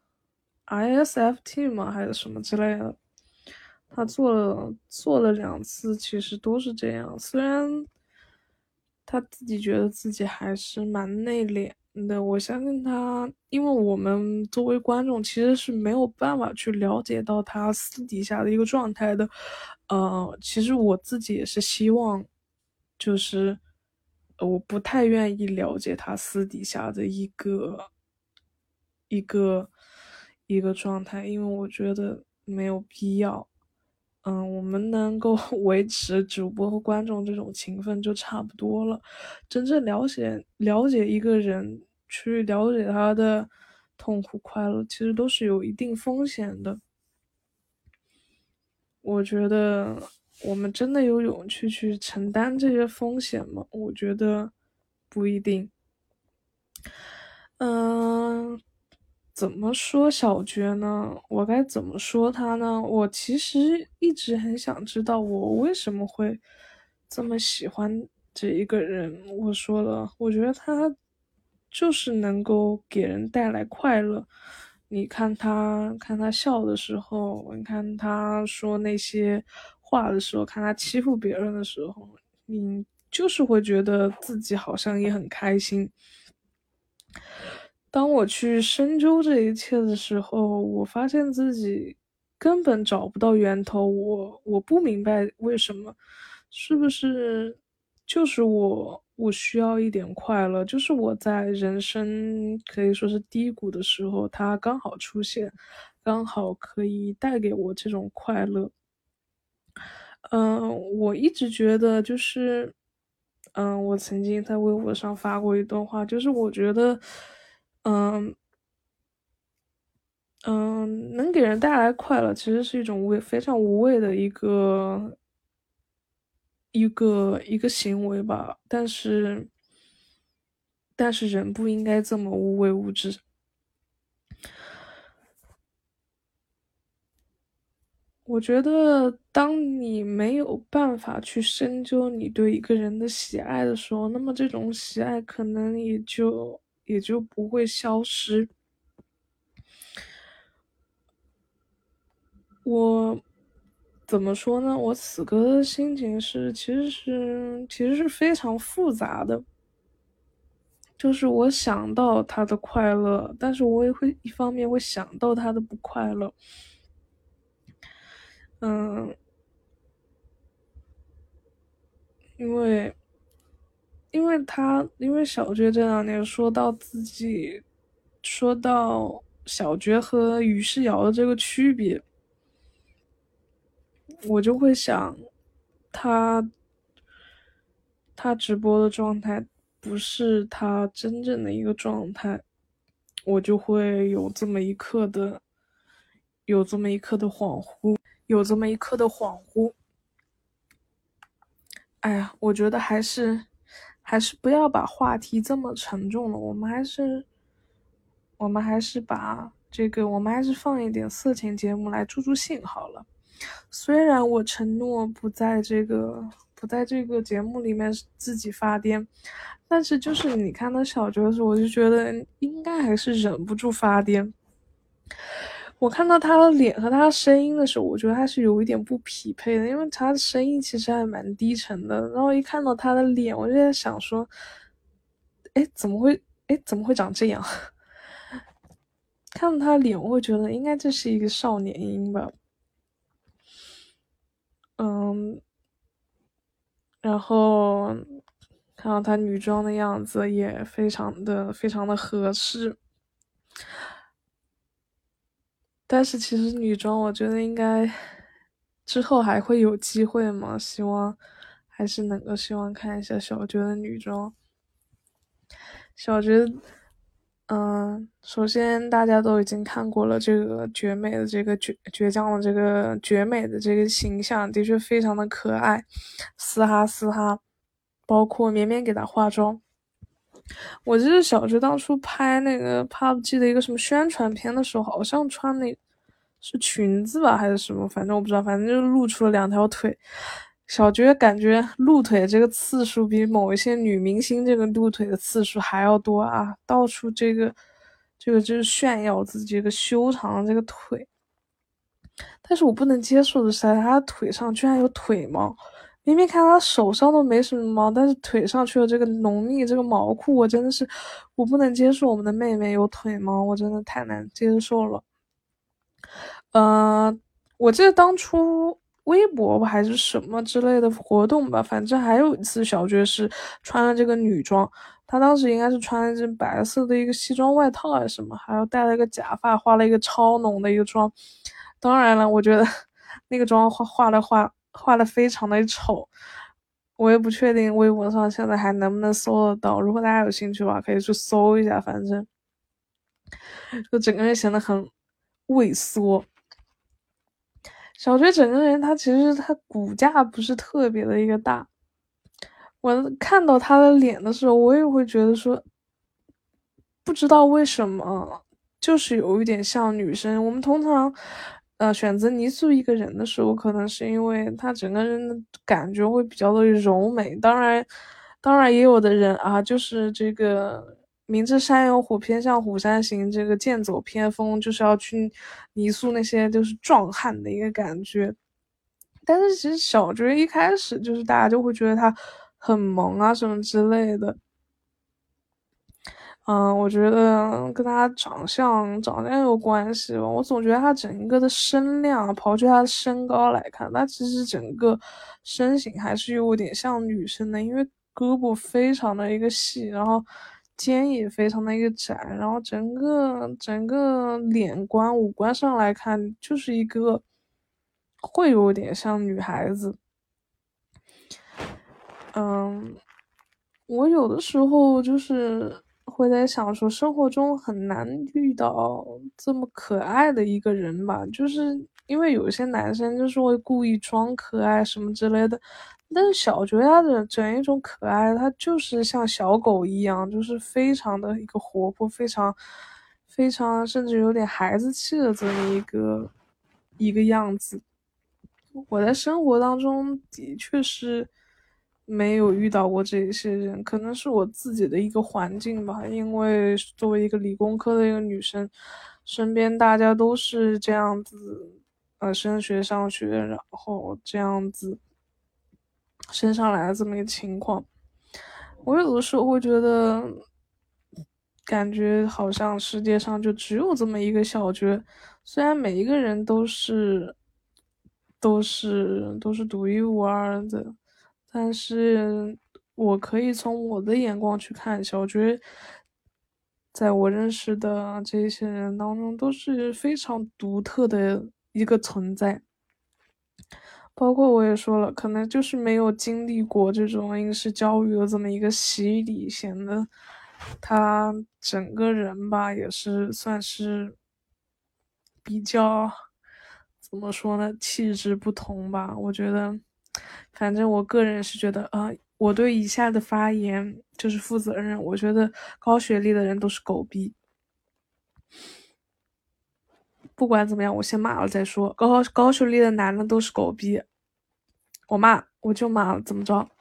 ISFT 吗？还是什么之类的？他做了2次，其实都是这样。虽然他自己觉得自己还是蛮内敛的，我相信他，因为我们作为观众其实是没有办法去了解到他私底下的一个状态的。其实我自己也是希望，就是我不太愿意了解他私底下的一个一个状态，因为我觉得没有必要。我们能够维持主播和观众这种情分就差不多了。真正了解一个人，去了解他的痛苦快乐，其实都是有一定风险的。我觉得我们真的有勇气去承担这些风险吗？我觉得不一定。嗯，怎么说小觉呢？我该怎么说他呢？我其实一直很想知道我为什么会这么喜欢这一个人。我说了，我觉得他就是能够给人带来快乐。你看他笑的时候，你看他说那些话的时候，看他欺负别人的时候，你就是会觉得自己好像也很开心。当我去深究这一切的时候，我发现自己根本找不到源头。我不明白为什么，是不是就是我需要一点快乐？就是我在人生可以说是低谷的时候，它刚好出现，刚好可以带给我这种快乐。我一直觉得就是，我曾经在微博上发过一段话，就是我觉得，嗯能给人带来快乐，其实是一种非常无谓的一个行为吧。但是人不应该这么无为无知。我觉得，当你没有办法去深究你对一个人的喜爱的时候，那么这种喜爱可能也就不会消失。我怎么说呢？我此刻的心情其实是非常复杂的。就是我想到他的快乐，但是我也会一方面会想到他的不快乐。嗯，因为因为小觉这两年说到小觉和于世瑶的这个区别，我就会想，他他直播的状态不是他真正的一个状态，我就会有这么一刻的恍惚，有这么一刻的恍惚。哎呀，我觉得还是不要把话题这么沉重了，我们还是放一点色情节目来助助兴好了。虽然我承诺不在这个节目里面自己发癫，但是就是你看到小哲的时候，我就觉得应该还是忍不住发癫。我看到他的脸和他的声音的时候，我觉得他是有一点不匹配的，因为他的声音其实还蛮低沉的。然后一看到他的脸，我就在想说，哎，怎么会长这样？ 看到他脸，我会觉得应该这是一个少年音吧。嗯，然后看到她女装的样子也非常的合适。但是其实女装我觉得应该之后还会有机会嘛，希望还是能够希望看一下小绝的女装。小绝，首先大家都已经看过了这个绝美的这个倔强的这个绝美的这个形象，的确非常的可爱，嘶哈嘶哈，包括绵绵给她化妆。我记得小学当初拍那个 PUBG 的一个什么宣传片的时候，好像穿那是裙子吧，还是什么，反正我不知道，反正就露出了两条腿。小觉感觉露腿这个次数比某一些女明星这个露腿的次数还要多啊，到处这个就是炫耀自己这个修长的这个腿。但是我不能接受的是，她腿上居然有腿毛。明明看她手上都没什么毛，但是腿上却有这个浓密这个毛裤，我真的是我不能接受我们的妹妹有腿毛，我真的太难接受了。我记得当初微博吧还是什么之类的活动吧，反正还有一次小爵士穿了这个女装，她当时应该是穿了一件白色的一个西装外套还是什么，还有戴了一个假发，化了一个超浓的一个妆。当然了，我觉得那个妆画的非常的丑，我也不确定微博上现在还能不能搜得到。如果大家有兴趣的话，可以去搜一下，反正就整个人显得很畏缩。小学整个人他其实他骨架不是特别的一个大，我看到他的脸的时候，我也会觉得说，不知道为什么，就是有一点像女生。我们通常，选择泥塑一个人的时候，可能是因为他整个人的感觉会比较的柔美。当然也有的人啊，就是这个明知山有虎，偏向虎山行，这个剑走偏锋，就是要去泥塑那些就是壮汉的一个感觉。但是其实小觉一开始就是大家就会觉得他很萌啊什么之类的。我觉得跟他长相有关系吧。我总觉得他整个的身量，刨去他的身高来看，他其实整个身形还是有点像女生的，因为胳膊非常的一个细，然后肩也非常的一个窄，然后整个脸观五官上来看，就是一个会有点像女孩子。嗯，我有的时候就是会在想说，生活中很难遇到这么可爱的一个人吧，就是因为有些男生就是会故意装可爱什么之类的，但是小觉他的整一种可爱，他就是像小狗一样，就是非常的一个活泼，非常甚至有点孩子气的这么一个样子。我在生活当中的确是没有遇到过这些人，可能是我自己的一个环境吧。因为作为一个理工科的一个女生，身边大家都是这样子，升学上学，然后这样子升上来的这么一个情况。我有的时候会觉得，感觉好像世界上就只有这么一个小角，虽然每一个人都是独一无二的，但是我可以从我的眼光去看，小觉在我认识的这些人当中都是非常独特的一个存在。包括我也说了，可能就是没有经历过这种应试教育的这么一个洗礼，显得他整个人吧也是算是比较怎么说呢，气质不同吧。我觉得，反正我个人是觉得啊，我对以下的发言就是负责任。我觉得高学历的人都是狗逼，不管怎么样，我先骂了再说。高学历的男的都是狗逼，我骂我就骂了，怎么着？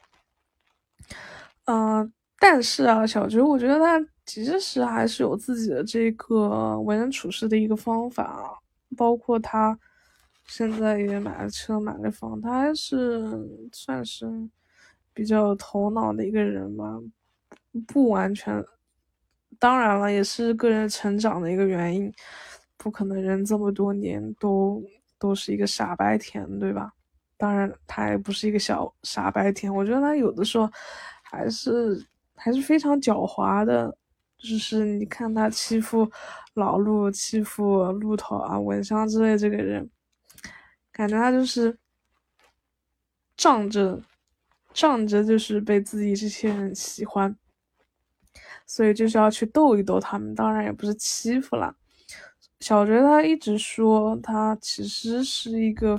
但是啊，小菊，我觉得他其实还是有自己的这个为人处事的一个方法，包括他现在也买了车买了房，他还是算是比较有头脑的一个人吧，不完全当然了，也是个人成长的一个原因，不可能人这么多年都是一个傻白甜，对吧？当然，他也不是一个小傻白甜，我觉得他有的时候还是还是非常狡猾的，就是你看他欺负老陆、欺负陆头啊、文香之类这个人，感觉他就是仗着就是被自己这些人喜欢，所以就是要去逗一逗他们，当然也不是欺负啦。小觉他一直说他其实是一个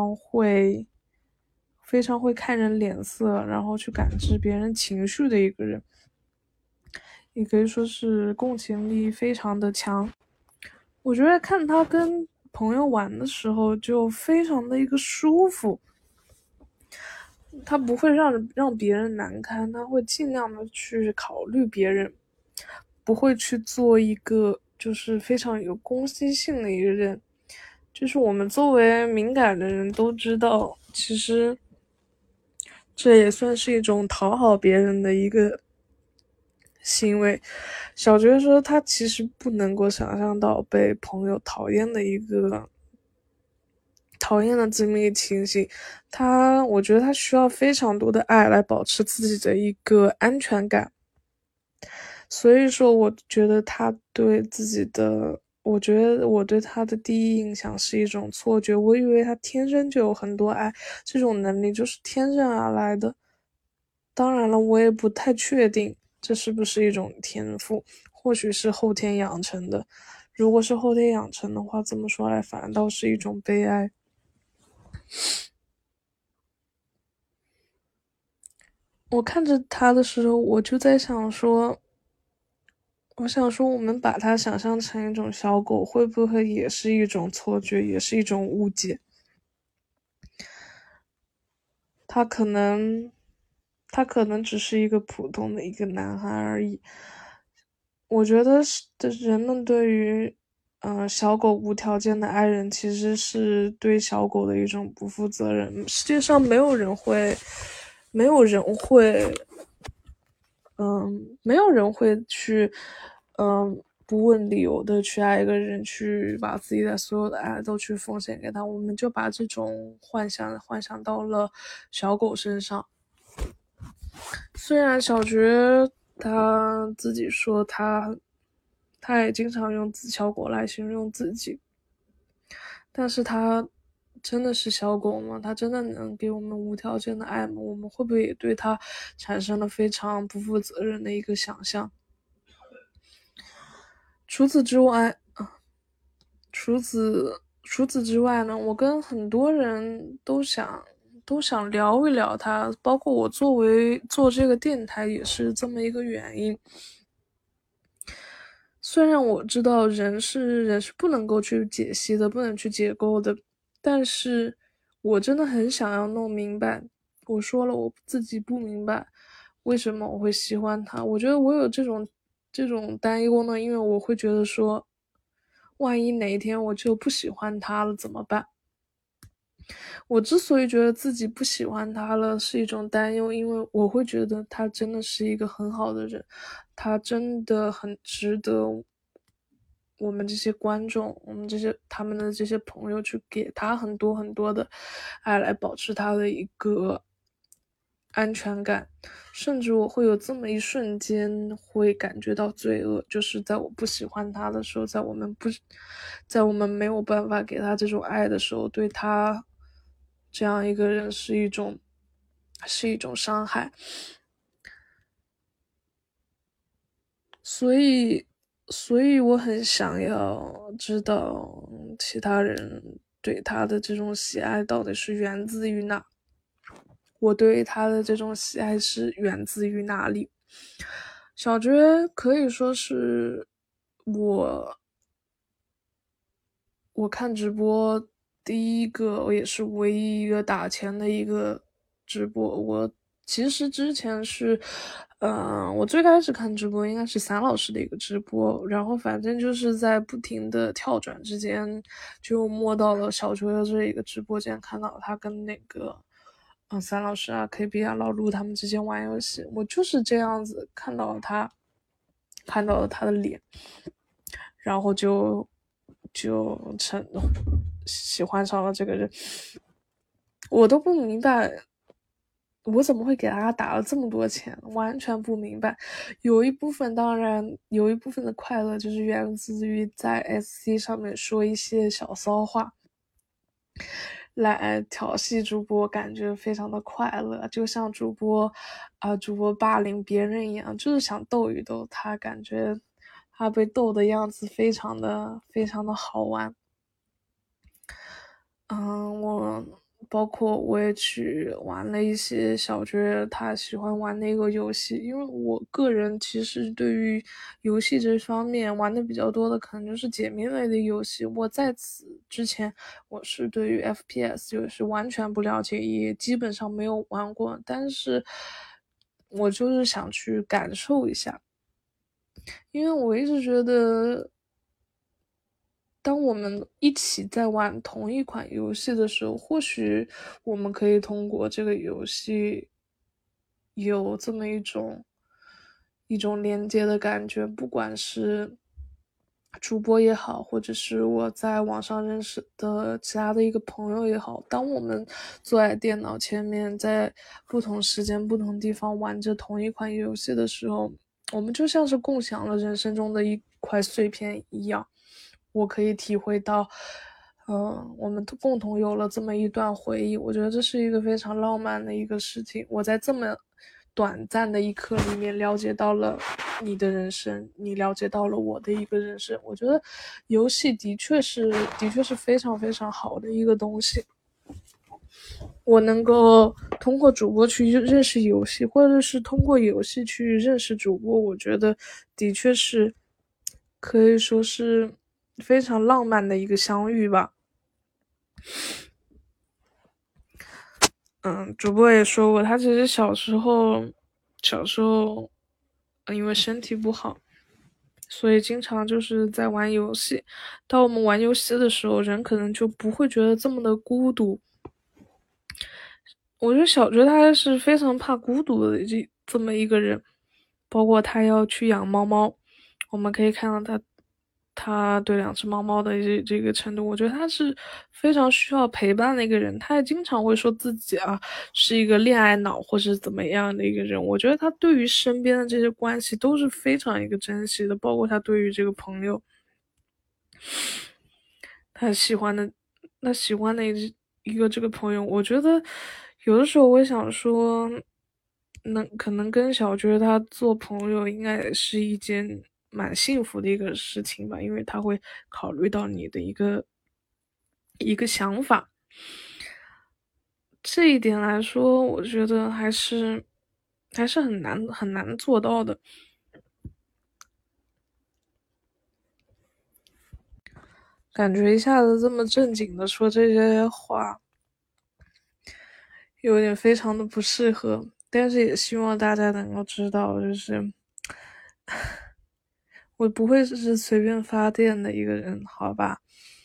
非常会看人脸色，然后去感知别人情绪的一个人，也可以说是共情力非常的强。我觉得看他跟朋友玩的时候就非常的一个舒服，他不会让别人难堪，他会尽量的去考虑别人，不会去做一个就是非常有攻击性的一个人。就是我们作为敏感的人都知道，其实这也算是一种讨好别人的一个行为。小觉说他其实不能够想象到被朋友讨厌的这么一个情形，我觉得他需要非常多的爱来保持自己的一个安全感。所以说，我觉得他对自己的，我觉得我对他的第一印象是一种错觉，我以为他天生就有很多爱，这种能力就是天生而来的。当然了，我也不太确定这是不是一种天赋，或许是后天养成的。如果是后天养成的话，这么说来反倒是一种悲哀。我看着他的时候，我就在想说，我们把它想象成一种小狗，会不会也是一种错觉，也是一种误解？他可能，他可能只是一个普通的一个男孩而已。我觉得人们对于，小狗无条件的爱人，其实是对小狗的一种不负责任。世界上没有人会没有人会去，不问理由的去爱一个人，去把自己的所有的爱都去奉献给他。我们就把这种幻想到了小狗身上。虽然小觉他自己说他也经常用小狗来形容自己，但是他真的是小狗吗？他真的能给我们无条件的爱吗？我们会不会也对他产生了非常不负责任的一个想象？除此之外，除此之外呢，我跟很多人都想聊一聊他，包括我作为做这个电台也是这么一个原因。虽然我知道人是不能够去解析的，不能去解构的，但是我真的很想要弄明白。我说了，我自己不明白为什么我会喜欢他。我觉得我有这种担忧呢，因为我会觉得说，万一哪一天我就不喜欢他了怎么办？我之所以觉得自己不喜欢他了，是一种担忧，因为我会觉得他真的是一个很好的人，他真的很值得我们这些观众，我们他们的这些朋友去给他很多很多的爱，来保持他的一个安全感。甚至我会有这么一瞬间会感觉到罪恶，就是在我不喜欢他的时候，在我们没有办法给他这种爱的时候，对他这样一个人是一种伤害。所以我很想要知道其他人对他的这种喜爱到底是源自于哪，我对他的这种喜爱是源自于哪里。小觉可以说是我我看直播第一个也是唯一一个打钱的一个直播。我其实之前是，我最开始看直播应该是散老师的一个直播，然后反正就是在不停的跳转之间，就摸到了小球的这一个直播间，看到他跟那个，散老师啊、KB 啊、老陆他们之间玩游戏，我就是这样子看到了他。 看到了他的脸，然后就喜欢上了这个人。我都不明白我怎么会给他打了这么多钱，完全不明白。有一部分当然有一部分的快乐就是源自于在 SC 上面说一些小骚话来调戏主播，感觉非常的快乐，就像主播霸凌别人一样，就是想逗一逗他，感觉他被逗的样子非常的好玩。包括我也去玩了一些小学他喜欢玩的一个游戏，因为我个人其实对于游戏这方面玩的比较多的，可能就是解谜类的游戏。我在此之前，我是对于 FPS 就是完全不了解，也基本上没有玩过，但是我就是想去感受一下，因为我一直觉得。当我们一起在玩同一款游戏的时候，或许我们可以通过这个游戏有这么一种连接的感觉，不管是主播也好，或者是我在网上认识的其他的一个朋友也好，当我们坐在电脑前面，在不同时间、不同地方玩着同一款游戏的时候，我们就像是共享了人生中的一块碎片一样。我可以体会到，我们共同有了这么一段回忆，我觉得这是一个非常浪漫的一个事情。我在这么短暂的一刻里面了解到了你的人生，你了解到了我的一个人生。我觉得游戏的确是非常非常好的一个东西。我能够通过主播去认识游戏，或者是通过游戏去认识主播，我觉得的确是可以说是非常浪漫的一个相遇吧。主播也说过，他其实小时候因为身体不好，所以经常就是在玩游戏。当我们玩游戏的时候，人可能就不会觉得这么的孤独。我觉得小觉他是非常怕孤独的这么一个人，包括他要去养猫猫，我们可以看到他对两只猫猫的这个程度，我觉得他是非常需要陪伴的一个人。他也经常会说自己是一个恋爱脑或是怎么样的一个人。我觉得他对于身边的这些关系都是非常一个珍惜的，包括他对于这个朋友，他喜欢的一个这个朋友，我觉得有的时候我想说，可能跟小觉他做朋友应该也是一件蛮幸福的一个事情吧，因为他会考虑到你的一个想法，这一点来说，我觉得还是很难做到的。感觉一下子这么正经的说这些话，有点非常的不适合，但是也希望大家能够知道，就是我不会是随便发电的一个人，好吧？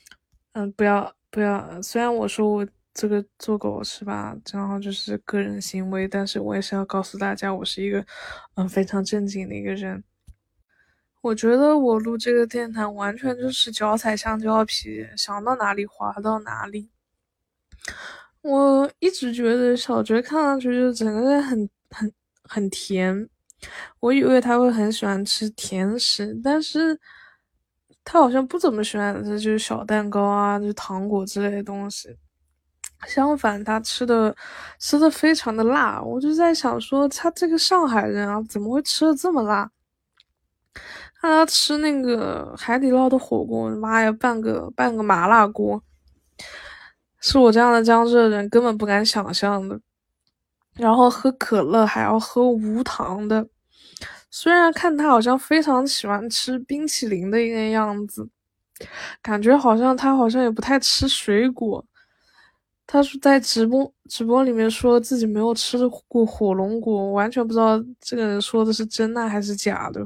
不要，虽然我说我这个做狗是吧，然后就是个人行为，但是我也是要告诉大家，我是一个非常正经的一个人。我觉得我录这个电台完全就是脚踩香蕉皮，想到哪里滑到哪里。我一直觉得小觉看上去就整个人很甜，我以为他会很喜欢吃甜食，但是他好像不怎么喜欢吃就是小蛋糕就是糖果之类的东西。相反，他吃的非常的辣，我就在想说，他这个上海人怎么会吃的这么辣？他吃那个海底捞的火锅，妈呀，半个麻辣锅，是我这样的江浙人根本不敢想象的。然后喝可乐还要喝无糖的，虽然看他好像非常喜欢吃冰淇淋的一个样子，感觉他好像也不太吃水果。他是在直播里面说自己没有吃过火龙果，我完全不知道这个人说的是真的还是假的。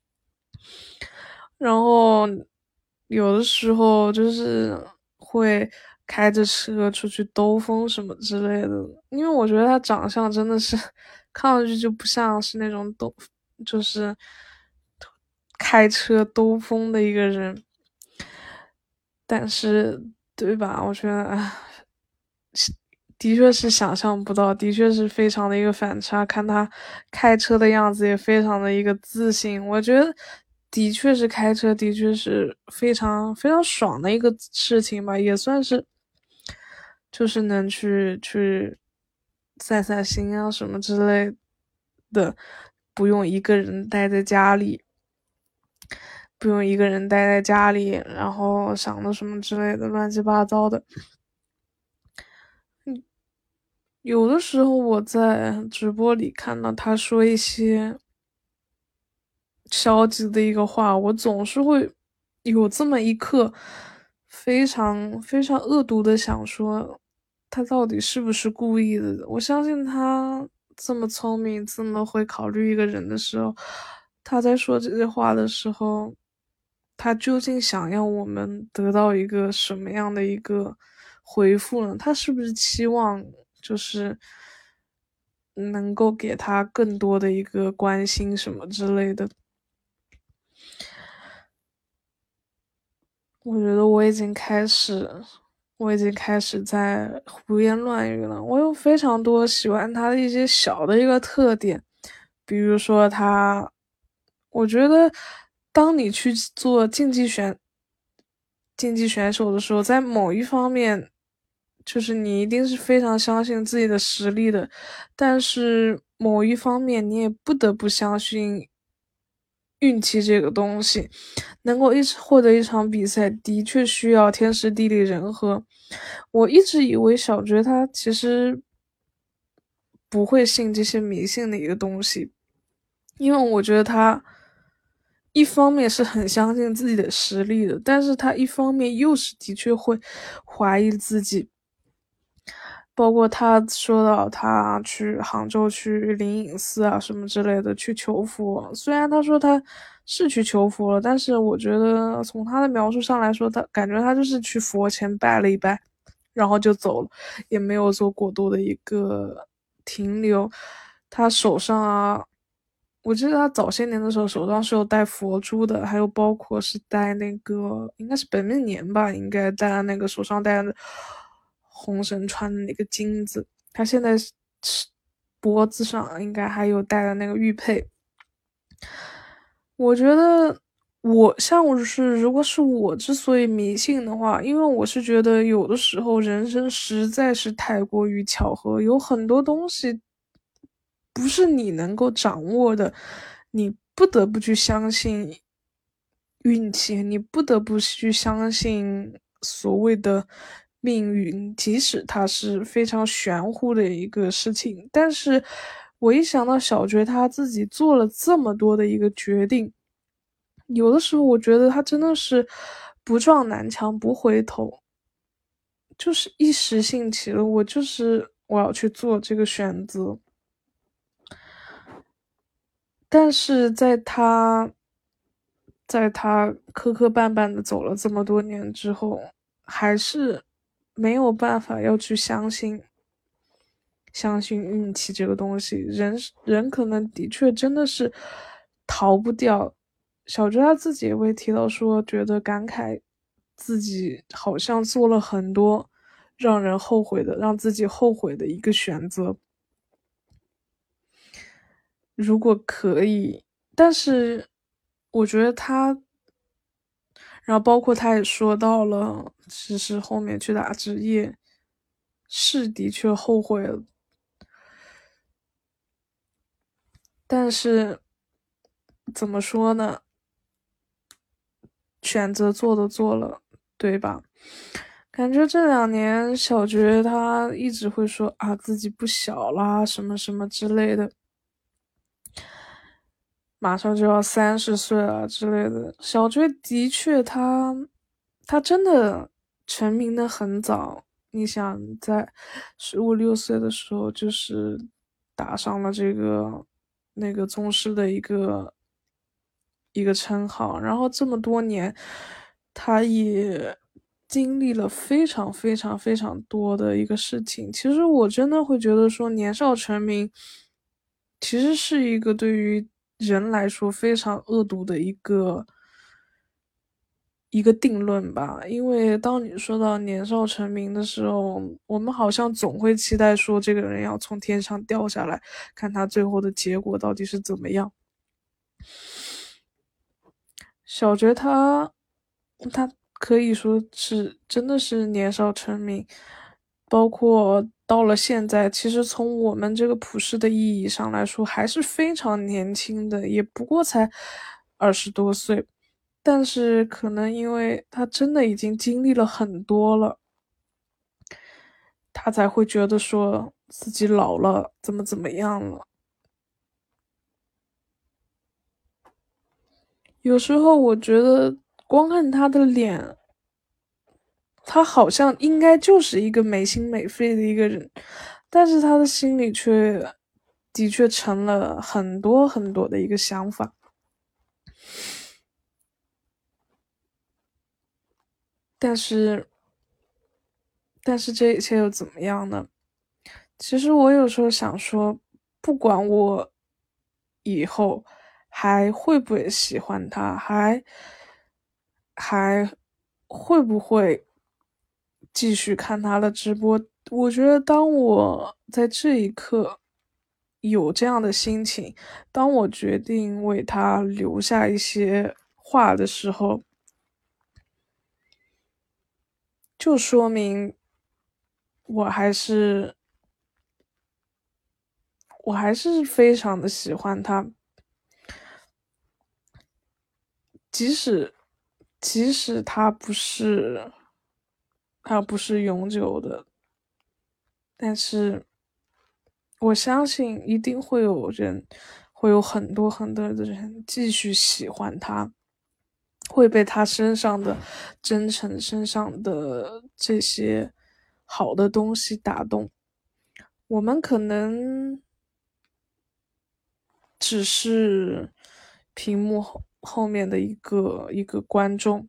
然后有的时候就是会开着车出去兜风什么之类的，因为我觉得他长相真的是看上去就不像是那种就是开车兜风的一个人，但是对吧？我觉得的确是想象不到，的确是非常的一个反差。看他开车的样子，也非常的一个自信。我觉得的确是开车，的确是非常非常爽的一个事情吧，也算是就是能去散散心啊什么之类的，不用一个人待在家里。不用一个人待在家里，然后想的什么之类的乱七八糟的。有的时候我在直播里看到他说一些消极的一个话，我总是会有这么一刻，非常非常恶毒的想说，他到底是不是故意的？我相信他这么聪明，这么会考虑一个人的时候，他在说这些话的时候，他究竟想要我们得到一个什么样的一个回复呢？他是不是期望就是能够给他更多的一个关心什么之类的？我觉得我已经开始在胡言乱语了。我有非常多喜欢他的一些小的一个特点，比如说我觉得当你去做竞技选手的时候，在某一方面，就是你一定是非常相信自己的实力的，但是某一方面你也不得不相信运气这个东西。能够获得一场比赛，的确需要天时地利人和。我一直以为小觉他其实不会信这些迷信的一个东西，因为我觉得他一方面是很相信自己的实力的，但是他一方面又是的确会怀疑自己。包括他说到他去杭州去灵隐寺啊什么之类的去求佛，虽然他说他是去求佛了，但是我觉得从他的描述上来说，他感觉他就是去佛前拜了一拜，然后就走了，也没有做过多的一个停留。他手上啊，我记得他早些年的时候手上是有戴佛珠的，还有包括是戴那个应该是本命年吧，应该戴的那个手上戴的红绳穿的那个金子。他现在是脖子上应该还有戴的那个玉佩。我觉得如果是我之所以迷信的话，因为我是觉得有的时候人生实在是太过于巧合，有很多东西不是你能够掌握的，你不得不去相信运气，你不得不去相信所谓的命运，即使它是非常玄乎的一个事情。但是我一想到小觉他自己做了这么多的一个决定，有的时候我觉得他真的是不撞南墙不回头，就是一时兴起了，我要去做这个选择。但是在他磕磕绊绊的走了这么多年之后，还是没有办法要去相信运气这个东西。人可能的确真的是逃不掉。小周他自己也会提到说，觉得感慨自己好像做了很多让自己后悔的一个选择。如果可以，但是我觉得然后包括他也说到了，其实后面去打职业是的确后悔了，但是怎么说呢？选择做的做了，对吧？感觉这2年小觉他一直会说啊自己不小啦，什么什么之类的。马上就要30岁了之类的。小追的确他真的成名的很早，你想在15、16岁的时候就是打上了那个宗师的一个称号，然后这么多年，他也经历了非常非常非常多的一个事情。其实我真的会觉得说，年少成名，其实是一个对于人来说非常恶毒的一个定论吧。因为当你说到年少成名的时候，我们好像总会期待说这个人要从天上掉下来，看他最后的结果到底是怎么样。小觉他可以说是真的是年少成名，包括到了现在，其实从我们这个普世的意义上来说，还是非常年轻的，也不过才20多岁。但是可能因为他真的已经经历了很多了，他才会觉得说自己老了，怎么样了。有时候我觉得光看他的脸，他好像应该就是一个没心没肺的一个人，但是他的心里却的确成了很多很多的一个想法。但是，但是这一切又怎么样呢？其实我有时候想说，不管我以后还会不会喜欢他，还会不会继续看他的直播，我觉得当我在这一刻有这样的心情，当我决定为他留下一些话的时候，就说明我还是我还是非常的喜欢他。即使即使他不是永久的，但是我相信一定会有人，会有很多很多的人继续喜欢他，会被他身上的真诚、身上的这些好的东西打动。我们可能只是屏幕后面的一个观众，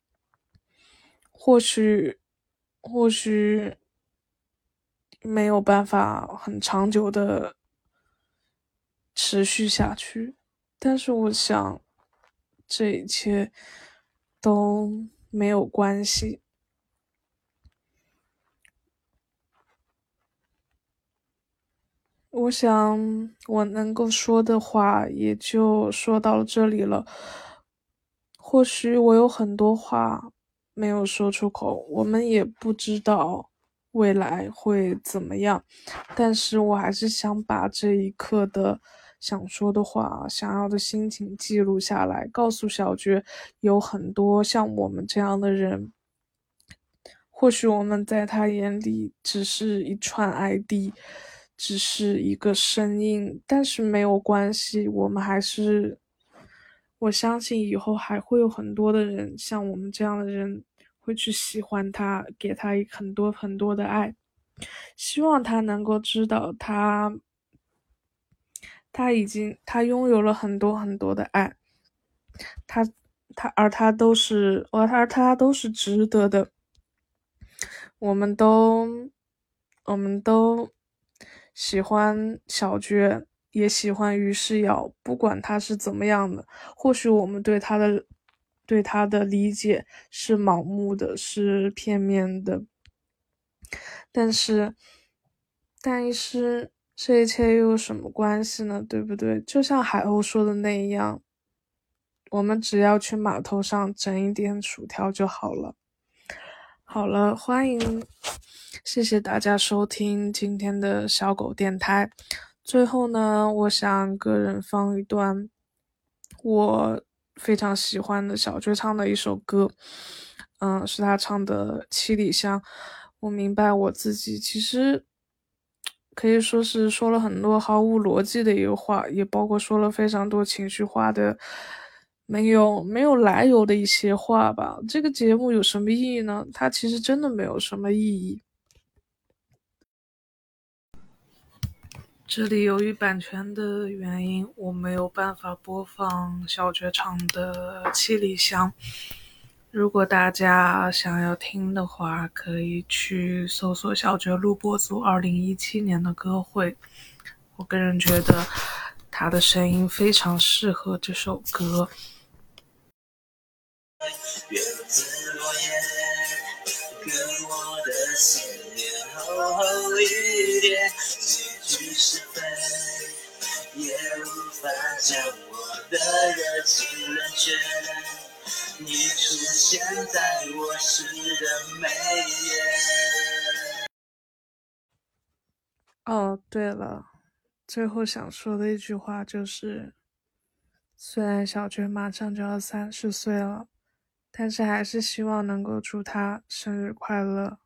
或许没有办法很长久的持续下去，但是我想这一切都没有关系。我想我能够说的话也就说到了这里了。或许我有很多话没有说出口，我们也不知道未来会怎么样，但是我还是想把这一刻的想说的话、想要的心情记录下来，告诉小觉有很多像我们这样的人。或许我们在他眼里只是一串 ID，只是一个声音，但是没有关系，我相信以后还会有很多的人像我们这样的人会去喜欢他，给他很多很多的爱。希望他能够知道他拥有了很多很多的爱，他他都是值得的。我们都我们都喜欢小觉，也喜欢于世瑶，不管他是怎么样的，或许我们对他的理解是盲目的，是片面的，但是这一切又有什么关系呢？对不对？就像海鸥说的那样，我们只要去码头上整一点薯条就好了。好了，谢谢大家收听今天的小狗电台。最后呢，我想个人放一段我非常喜欢的小绝唱的一首歌，是他唱的《七里香》。我明白我自己其实可以说是说了很多毫无逻辑的一个话，也包括说了非常多情绪化的、没有来由的一些话吧。这个节目有什么意义呢？它其实真的没有什么意义。这里由于版权的原因，我没有办法播放小绝唱的《七里香》。如果大家想要听的话，可以去搜索小觉录播组2017年的歌会。我个人觉得他的声音非常适合这首歌。 叶子落叶，跟我的思念厚厚一叠，几句是非，也无法将我的热情冷却。你出现在我诗的每页。 哦，对了，最后想说的一句话就是，虽然小娟马上就要30岁了，但是还是希望能够祝她生日快乐。